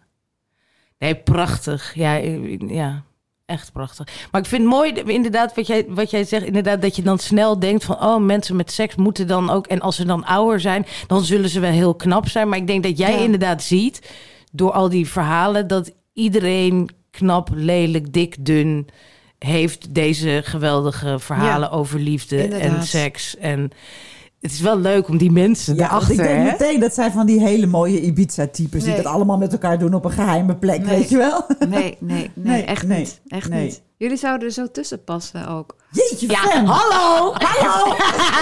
S3: Nee, prachtig. Ja, eh, ja. Echt prachtig. Maar ik vind het mooi, inderdaad, wat jij, wat jij zegt, inderdaad, dat je dan snel denkt van, oh, mensen met seks moeten dan ook, en als ze dan ouder zijn, dan zullen ze wel heel knap zijn. Maar ik denk dat jij
S5: Ja.
S3: inderdaad ziet, door al die verhalen, dat iedereen knap, lelijk, dik, dun heeft deze geweldige verhalen
S5: Ja,
S3: over liefde en
S5: inderdaad.
S3: seks. En het is wel leuk om die mensen
S6: Ja, want
S3: erachter,
S6: ik denk
S3: hè?
S6: meteen dat zijn van die hele mooie Ibiza-types... die
S5: Nee.
S6: dat allemaal met elkaar doen op een geheime plek,
S5: Nee.
S6: weet je wel?
S5: Nee, nee, nee,
S6: Nee,
S5: echt
S6: nee,
S5: niet. Echt
S6: nee.
S5: niet. Jullie zouden er zo tussen passen ook.
S6: Jeetje,
S3: Ja,
S6: fan.
S3: hallo!
S6: Hallo!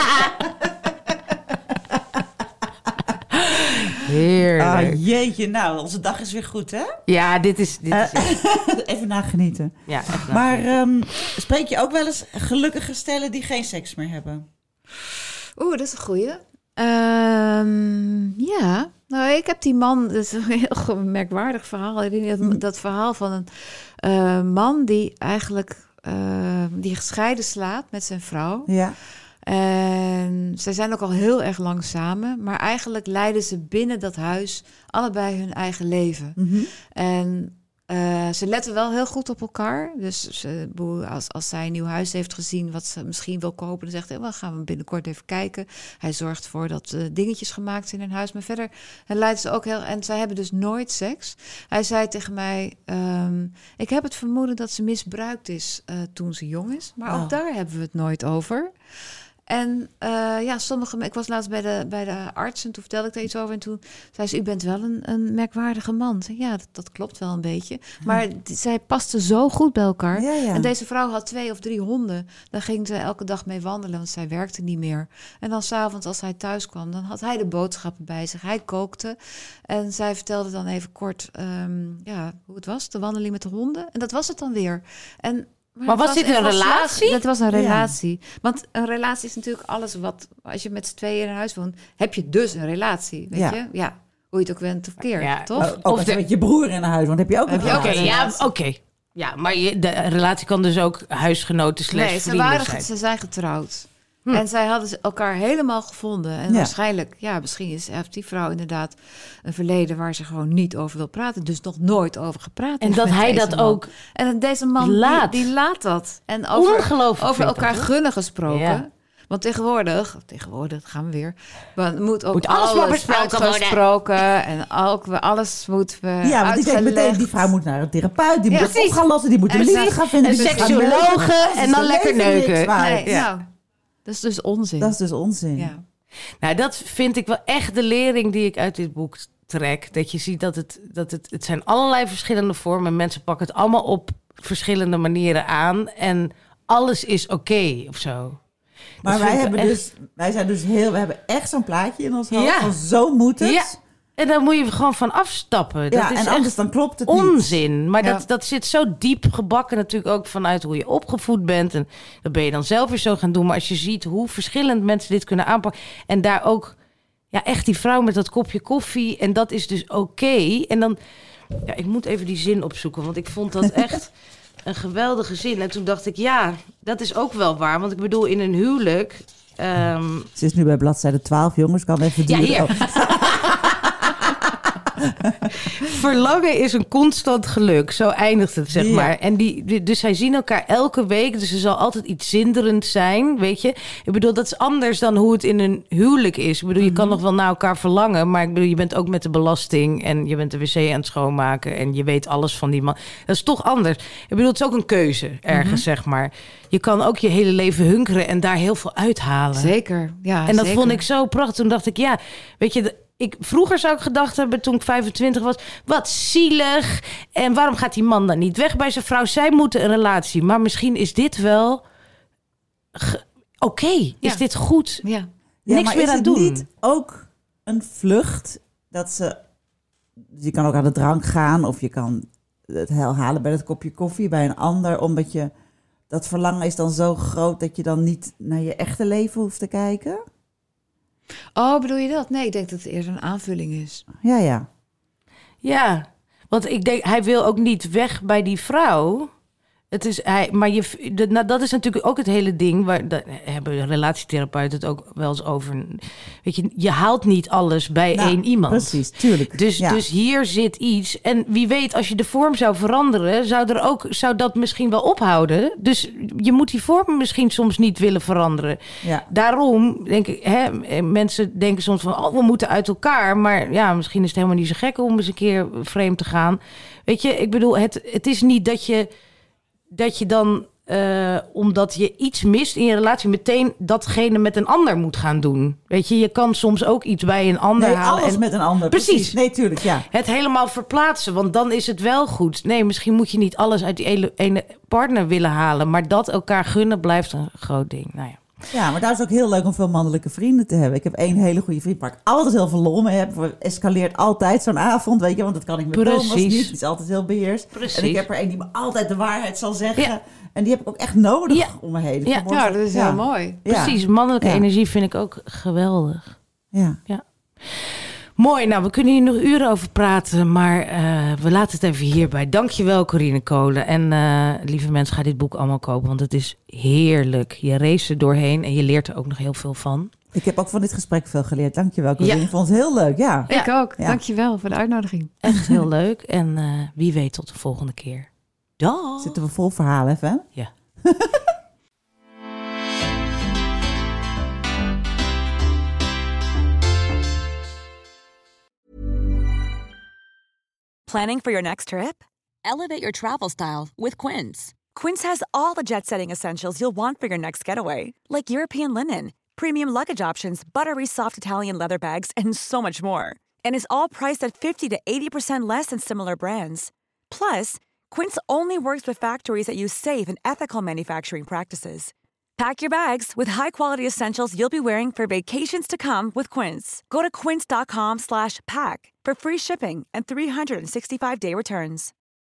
S3: Heerlijk.
S6: Ah, jeetje, nou, onze dag is weer goed, hè?
S3: Ja, dit is... Dit is
S6: Even nagenieten.
S3: ja, echt waar.
S6: Maar ehm, spreek je ook wel eens gelukkige stellen die geen seks meer hebben?
S5: Oeh, dat is een goeie. Ehm, ja, nou, ik heb die man, dat is een heel merkwaardig verhaal. Ik denk dat, dat verhaal van een eh, man die eigenlijk eh, die gescheiden slaat met zijn vrouw.
S6: Ja.
S5: En zij zijn ook al heel erg lang samen, maar eigenlijk leiden ze binnen dat huis allebei hun eigen leven.
S6: Mhm.
S5: En Uh, ze letten wel heel goed op elkaar. Dus ze, als, als zij een nieuw huis heeft gezien wat ze misschien wil kopen, dan zegt hij, well, gaan we binnenkort even kijken. Hij zorgt ervoor dat uh, dingetjes gemaakt zijn in hun huis. Maar verder hij leidt ze ook heel... En zij hebben dus nooit seks. Hij zei tegen mij, um, ik heb het vermoeden dat ze misbruikt is uh, toen ze jong is. Maar oh. ook daar hebben we het nooit over. En uh, ja, sommige... Ik was laatst bij de, bij de arts en toen vertelde ik daar iets over. En toen zei ze, u bent wel een, een merkwaardige man. Zei, ja, dat, dat klopt wel een beetje. Maar die, zij pasten zo goed bij elkaar. Ja, ja. En deze vrouw had twee of drie honden. Daar ging ze elke dag mee wandelen, want zij werkte niet meer. En dan 's avonds als hij thuis kwam, dan had hij de boodschappen bij zich. Hij kookte. En zij vertelde dan even kort um, ja, hoe het was, de wandeling met de honden. En dat was het dan weer. En... Maar,
S3: maar was, was dit een relatie?
S5: Dat was een relatie. Ja. Want een relatie is natuurlijk alles wat... Als je met z'n tweeën in een huis woont, heb je dus een relatie. Weet ja. je? Ja. Hoe je het ook went of keert, ja. toch?
S6: Ook of als je met je broer in een huis woont, heb je ook een relatie.
S3: Oké, ja, oké. Okay. Ja, maar je, de relatie kan dus ook huisgenoten slash
S5: nee,
S3: vrienden
S5: waren,
S3: zijn.
S5: Ze zijn getrouwd. Hm. En zij hadden elkaar helemaal gevonden. En ja. waarschijnlijk, ja, misschien is, heeft die vrouw inderdaad een verleden waar ze gewoon niet over wil praten. Dus nog nooit over gepraat.
S3: En dat hij dat man. ook
S5: En deze man,
S3: laat.
S5: Die, die laat dat. En over,
S3: Ongelooflijk
S5: over elkaar
S3: dat,
S5: gunnen gesproken. Ja. Want tegenwoordig, tegenwoordig gaan we weer, maar moet ook moet alles, alles maar besproken worden. En ook, alles moet we
S6: Ja, want die, meteen, die vrouw moet naar een therapeut, die ja, moet op gaan lossen, die moet de liefde gaan vinden.
S3: Een seksologe en dan lekker neuken.
S5: Nee, ja. nou, dat is dus onzin.
S6: Dat is dus onzin.
S5: Ja.
S3: Nou, dat vind ik wel echt de lering die ik uit dit boek trek. Dat je ziet dat het, dat het, het zijn allerlei verschillende vormen. Mensen pakken het allemaal op verschillende manieren aan. En alles is oké okay, of zo.
S6: Maar wij, hebben echt... dus, wij zijn dus heel... We hebben echt zo'n plaatje in ons hoofd. Ja. Van zo moet het. Ja.
S3: En daar moet je gewoon van afstappen. Dat
S6: ja,
S3: is
S6: en anders dan klopt het
S3: onzin.
S6: niet.
S3: Maar
S6: ja.
S3: dat, dat zit zo diep gebakken natuurlijk ook vanuit hoe je opgevoed bent. En dat ben je dan zelf weer zo gaan doen. Maar als je ziet hoe verschillend mensen dit kunnen aanpakken. En daar ook ja, echt die vrouw met dat kopje koffie. En dat is dus oké. Okay. En dan... Ja, ik moet even die zin opzoeken. Want ik vond dat echt... een geweldige zin. En toen dacht ik, ja, dat is ook wel waar. Want ik bedoel, in een huwelijk... Um...
S6: Ze is nu bij bladzijde twaalf, jongens. Kan even duren.
S3: Ja, hier. Verlangen is een constant geluk. Zo eindigt het, zeg ja. maar. En die, die, dus zij zien elkaar elke week. Dus er zal altijd iets zinderends zijn, weet je. Ik bedoel, dat is anders dan hoe het in een huwelijk is. Ik bedoel, je mm-hmm. kan nog wel naar elkaar verlangen. Maar ik bedoel, je bent ook met de belasting. En je bent de wc aan het schoonmaken. En je weet alles van die man. Dat is toch anders. Ik bedoel, het is ook een keuze ergens, mm-hmm. zeg maar. Je kan ook je hele leven hunkeren en daar heel veel uithalen.
S5: Zeker, ja.
S3: En dat
S5: zeker.
S3: vond ik zo prachtig. Toen dacht ik, ja, weet je... De, Ik, vroeger zou ik gedacht hebben, toen ik vijfentwintig was... wat zielig. En waarom gaat die man dan niet weg bij zijn vrouw? Zij moeten een relatie. Maar misschien is dit wel... Ge- Oké, okay, is ja. dit goed?
S5: Ja.
S3: Niks
S6: ja,
S3: meer aan doen.
S6: Is het niet ook een vlucht dat ze... Je kan ook aan de drank gaan... of je kan het halen bij dat kopje koffie bij een ander... omdat je... dat verlangen is dan zo groot... dat je dan niet naar je echte leven hoeft te kijken...
S5: Oh, bedoel je dat? Nee, ik denk dat het eerder een aanvulling is.
S6: Ja, ja.
S3: Ja, want ik denk, hij wil ook niet weg bij die vrouw. Het is hij, maar je, de, nou, dat is natuurlijk ook het hele ding. Waar daar hebben relatietherapeuten het ook wel eens over. Weet je, je haalt niet alles bij nou, één iemand.
S6: Precies, tuurlijk.
S3: Dus,
S6: ja.
S3: dus hier zit iets. En wie weet, als je de vorm zou veranderen, zou er ook zou dat misschien wel ophouden. Dus je moet die vorm misschien soms niet willen veranderen.
S6: Ja.
S3: Daarom denk ik, hè, mensen denken soms van, oh, we moeten uit elkaar. Maar ja, misschien is het helemaal niet zo gek om eens een keer vreemd te gaan. Weet je, ik bedoel, het, het is niet dat je. Dat je dan, uh, omdat je iets mist in je relatie... meteen datgene met een ander moet gaan doen. Weet je, je kan soms ook iets bij een ander
S6: nee,
S3: halen.
S6: alles
S3: en...
S6: met een ander.
S3: Precies.
S6: Precies. Nee, tuurlijk, ja.
S3: Het helemaal verplaatsen, want dan is het wel goed. Nee, misschien moet je niet alles uit die ene, ene partner willen halen... maar dat elkaar gunnen blijft een groot ding. Nou ja.
S6: Ja, maar daar is ook heel leuk om veel mannelijke vrienden te hebben. Ik heb één hele goede vriend waar ik altijd heel veel lol mee heb. Escaleert altijd zo'n avond, weet je. Want dat kan ik met
S3: Precies.
S6: Thomas niet. Die is altijd heel beheerst.
S3: Precies.
S6: En ik heb er één die me altijd de waarheid zal zeggen. Ja. En die heb ik ook echt nodig
S3: ja.
S6: om me heen.
S5: Ja, ja dat is ja. heel mooi.
S3: Precies, mannelijke ja. energie vind ik ook geweldig.
S6: Ja.
S3: ja. Mooi, nou, we kunnen hier nog uren over praten, maar uh, we laten het even hierbij. Dankjewel, Corine Kolen. En uh, lieve mensen, ga dit boek allemaal kopen, want het is heerlijk. Je race er doorheen en je leert er ook nog heel veel van.
S6: Ik heb ook van dit gesprek veel geleerd. Dankjewel, Corinne.
S3: Ja.
S6: Ik vond het heel leuk. Ja.
S5: Ik ook.
S6: Ja.
S5: Dankjewel voor de uitnodiging.
S3: Echt heel leuk. En uh, wie weet tot de volgende keer. Dag.
S6: Zitten we vol verhaal even, hè?
S3: Ja.
S7: Planning for your next trip? Elevate your travel style with Quince. Quince has all the jet-setting essentials you'll want for your next getaway, like European linen, premium luggage options, buttery soft Italian leather bags, and so much more. And is all priced at fifty to eighty percent less than similar brands. Plus, Quince only works with factories that use safe and ethical manufacturing practices. Pack your bags with high-quality essentials you'll be wearing for vacations to come with Quince. Go to quince dot com slash pack for free shipping and three sixty-five day returns.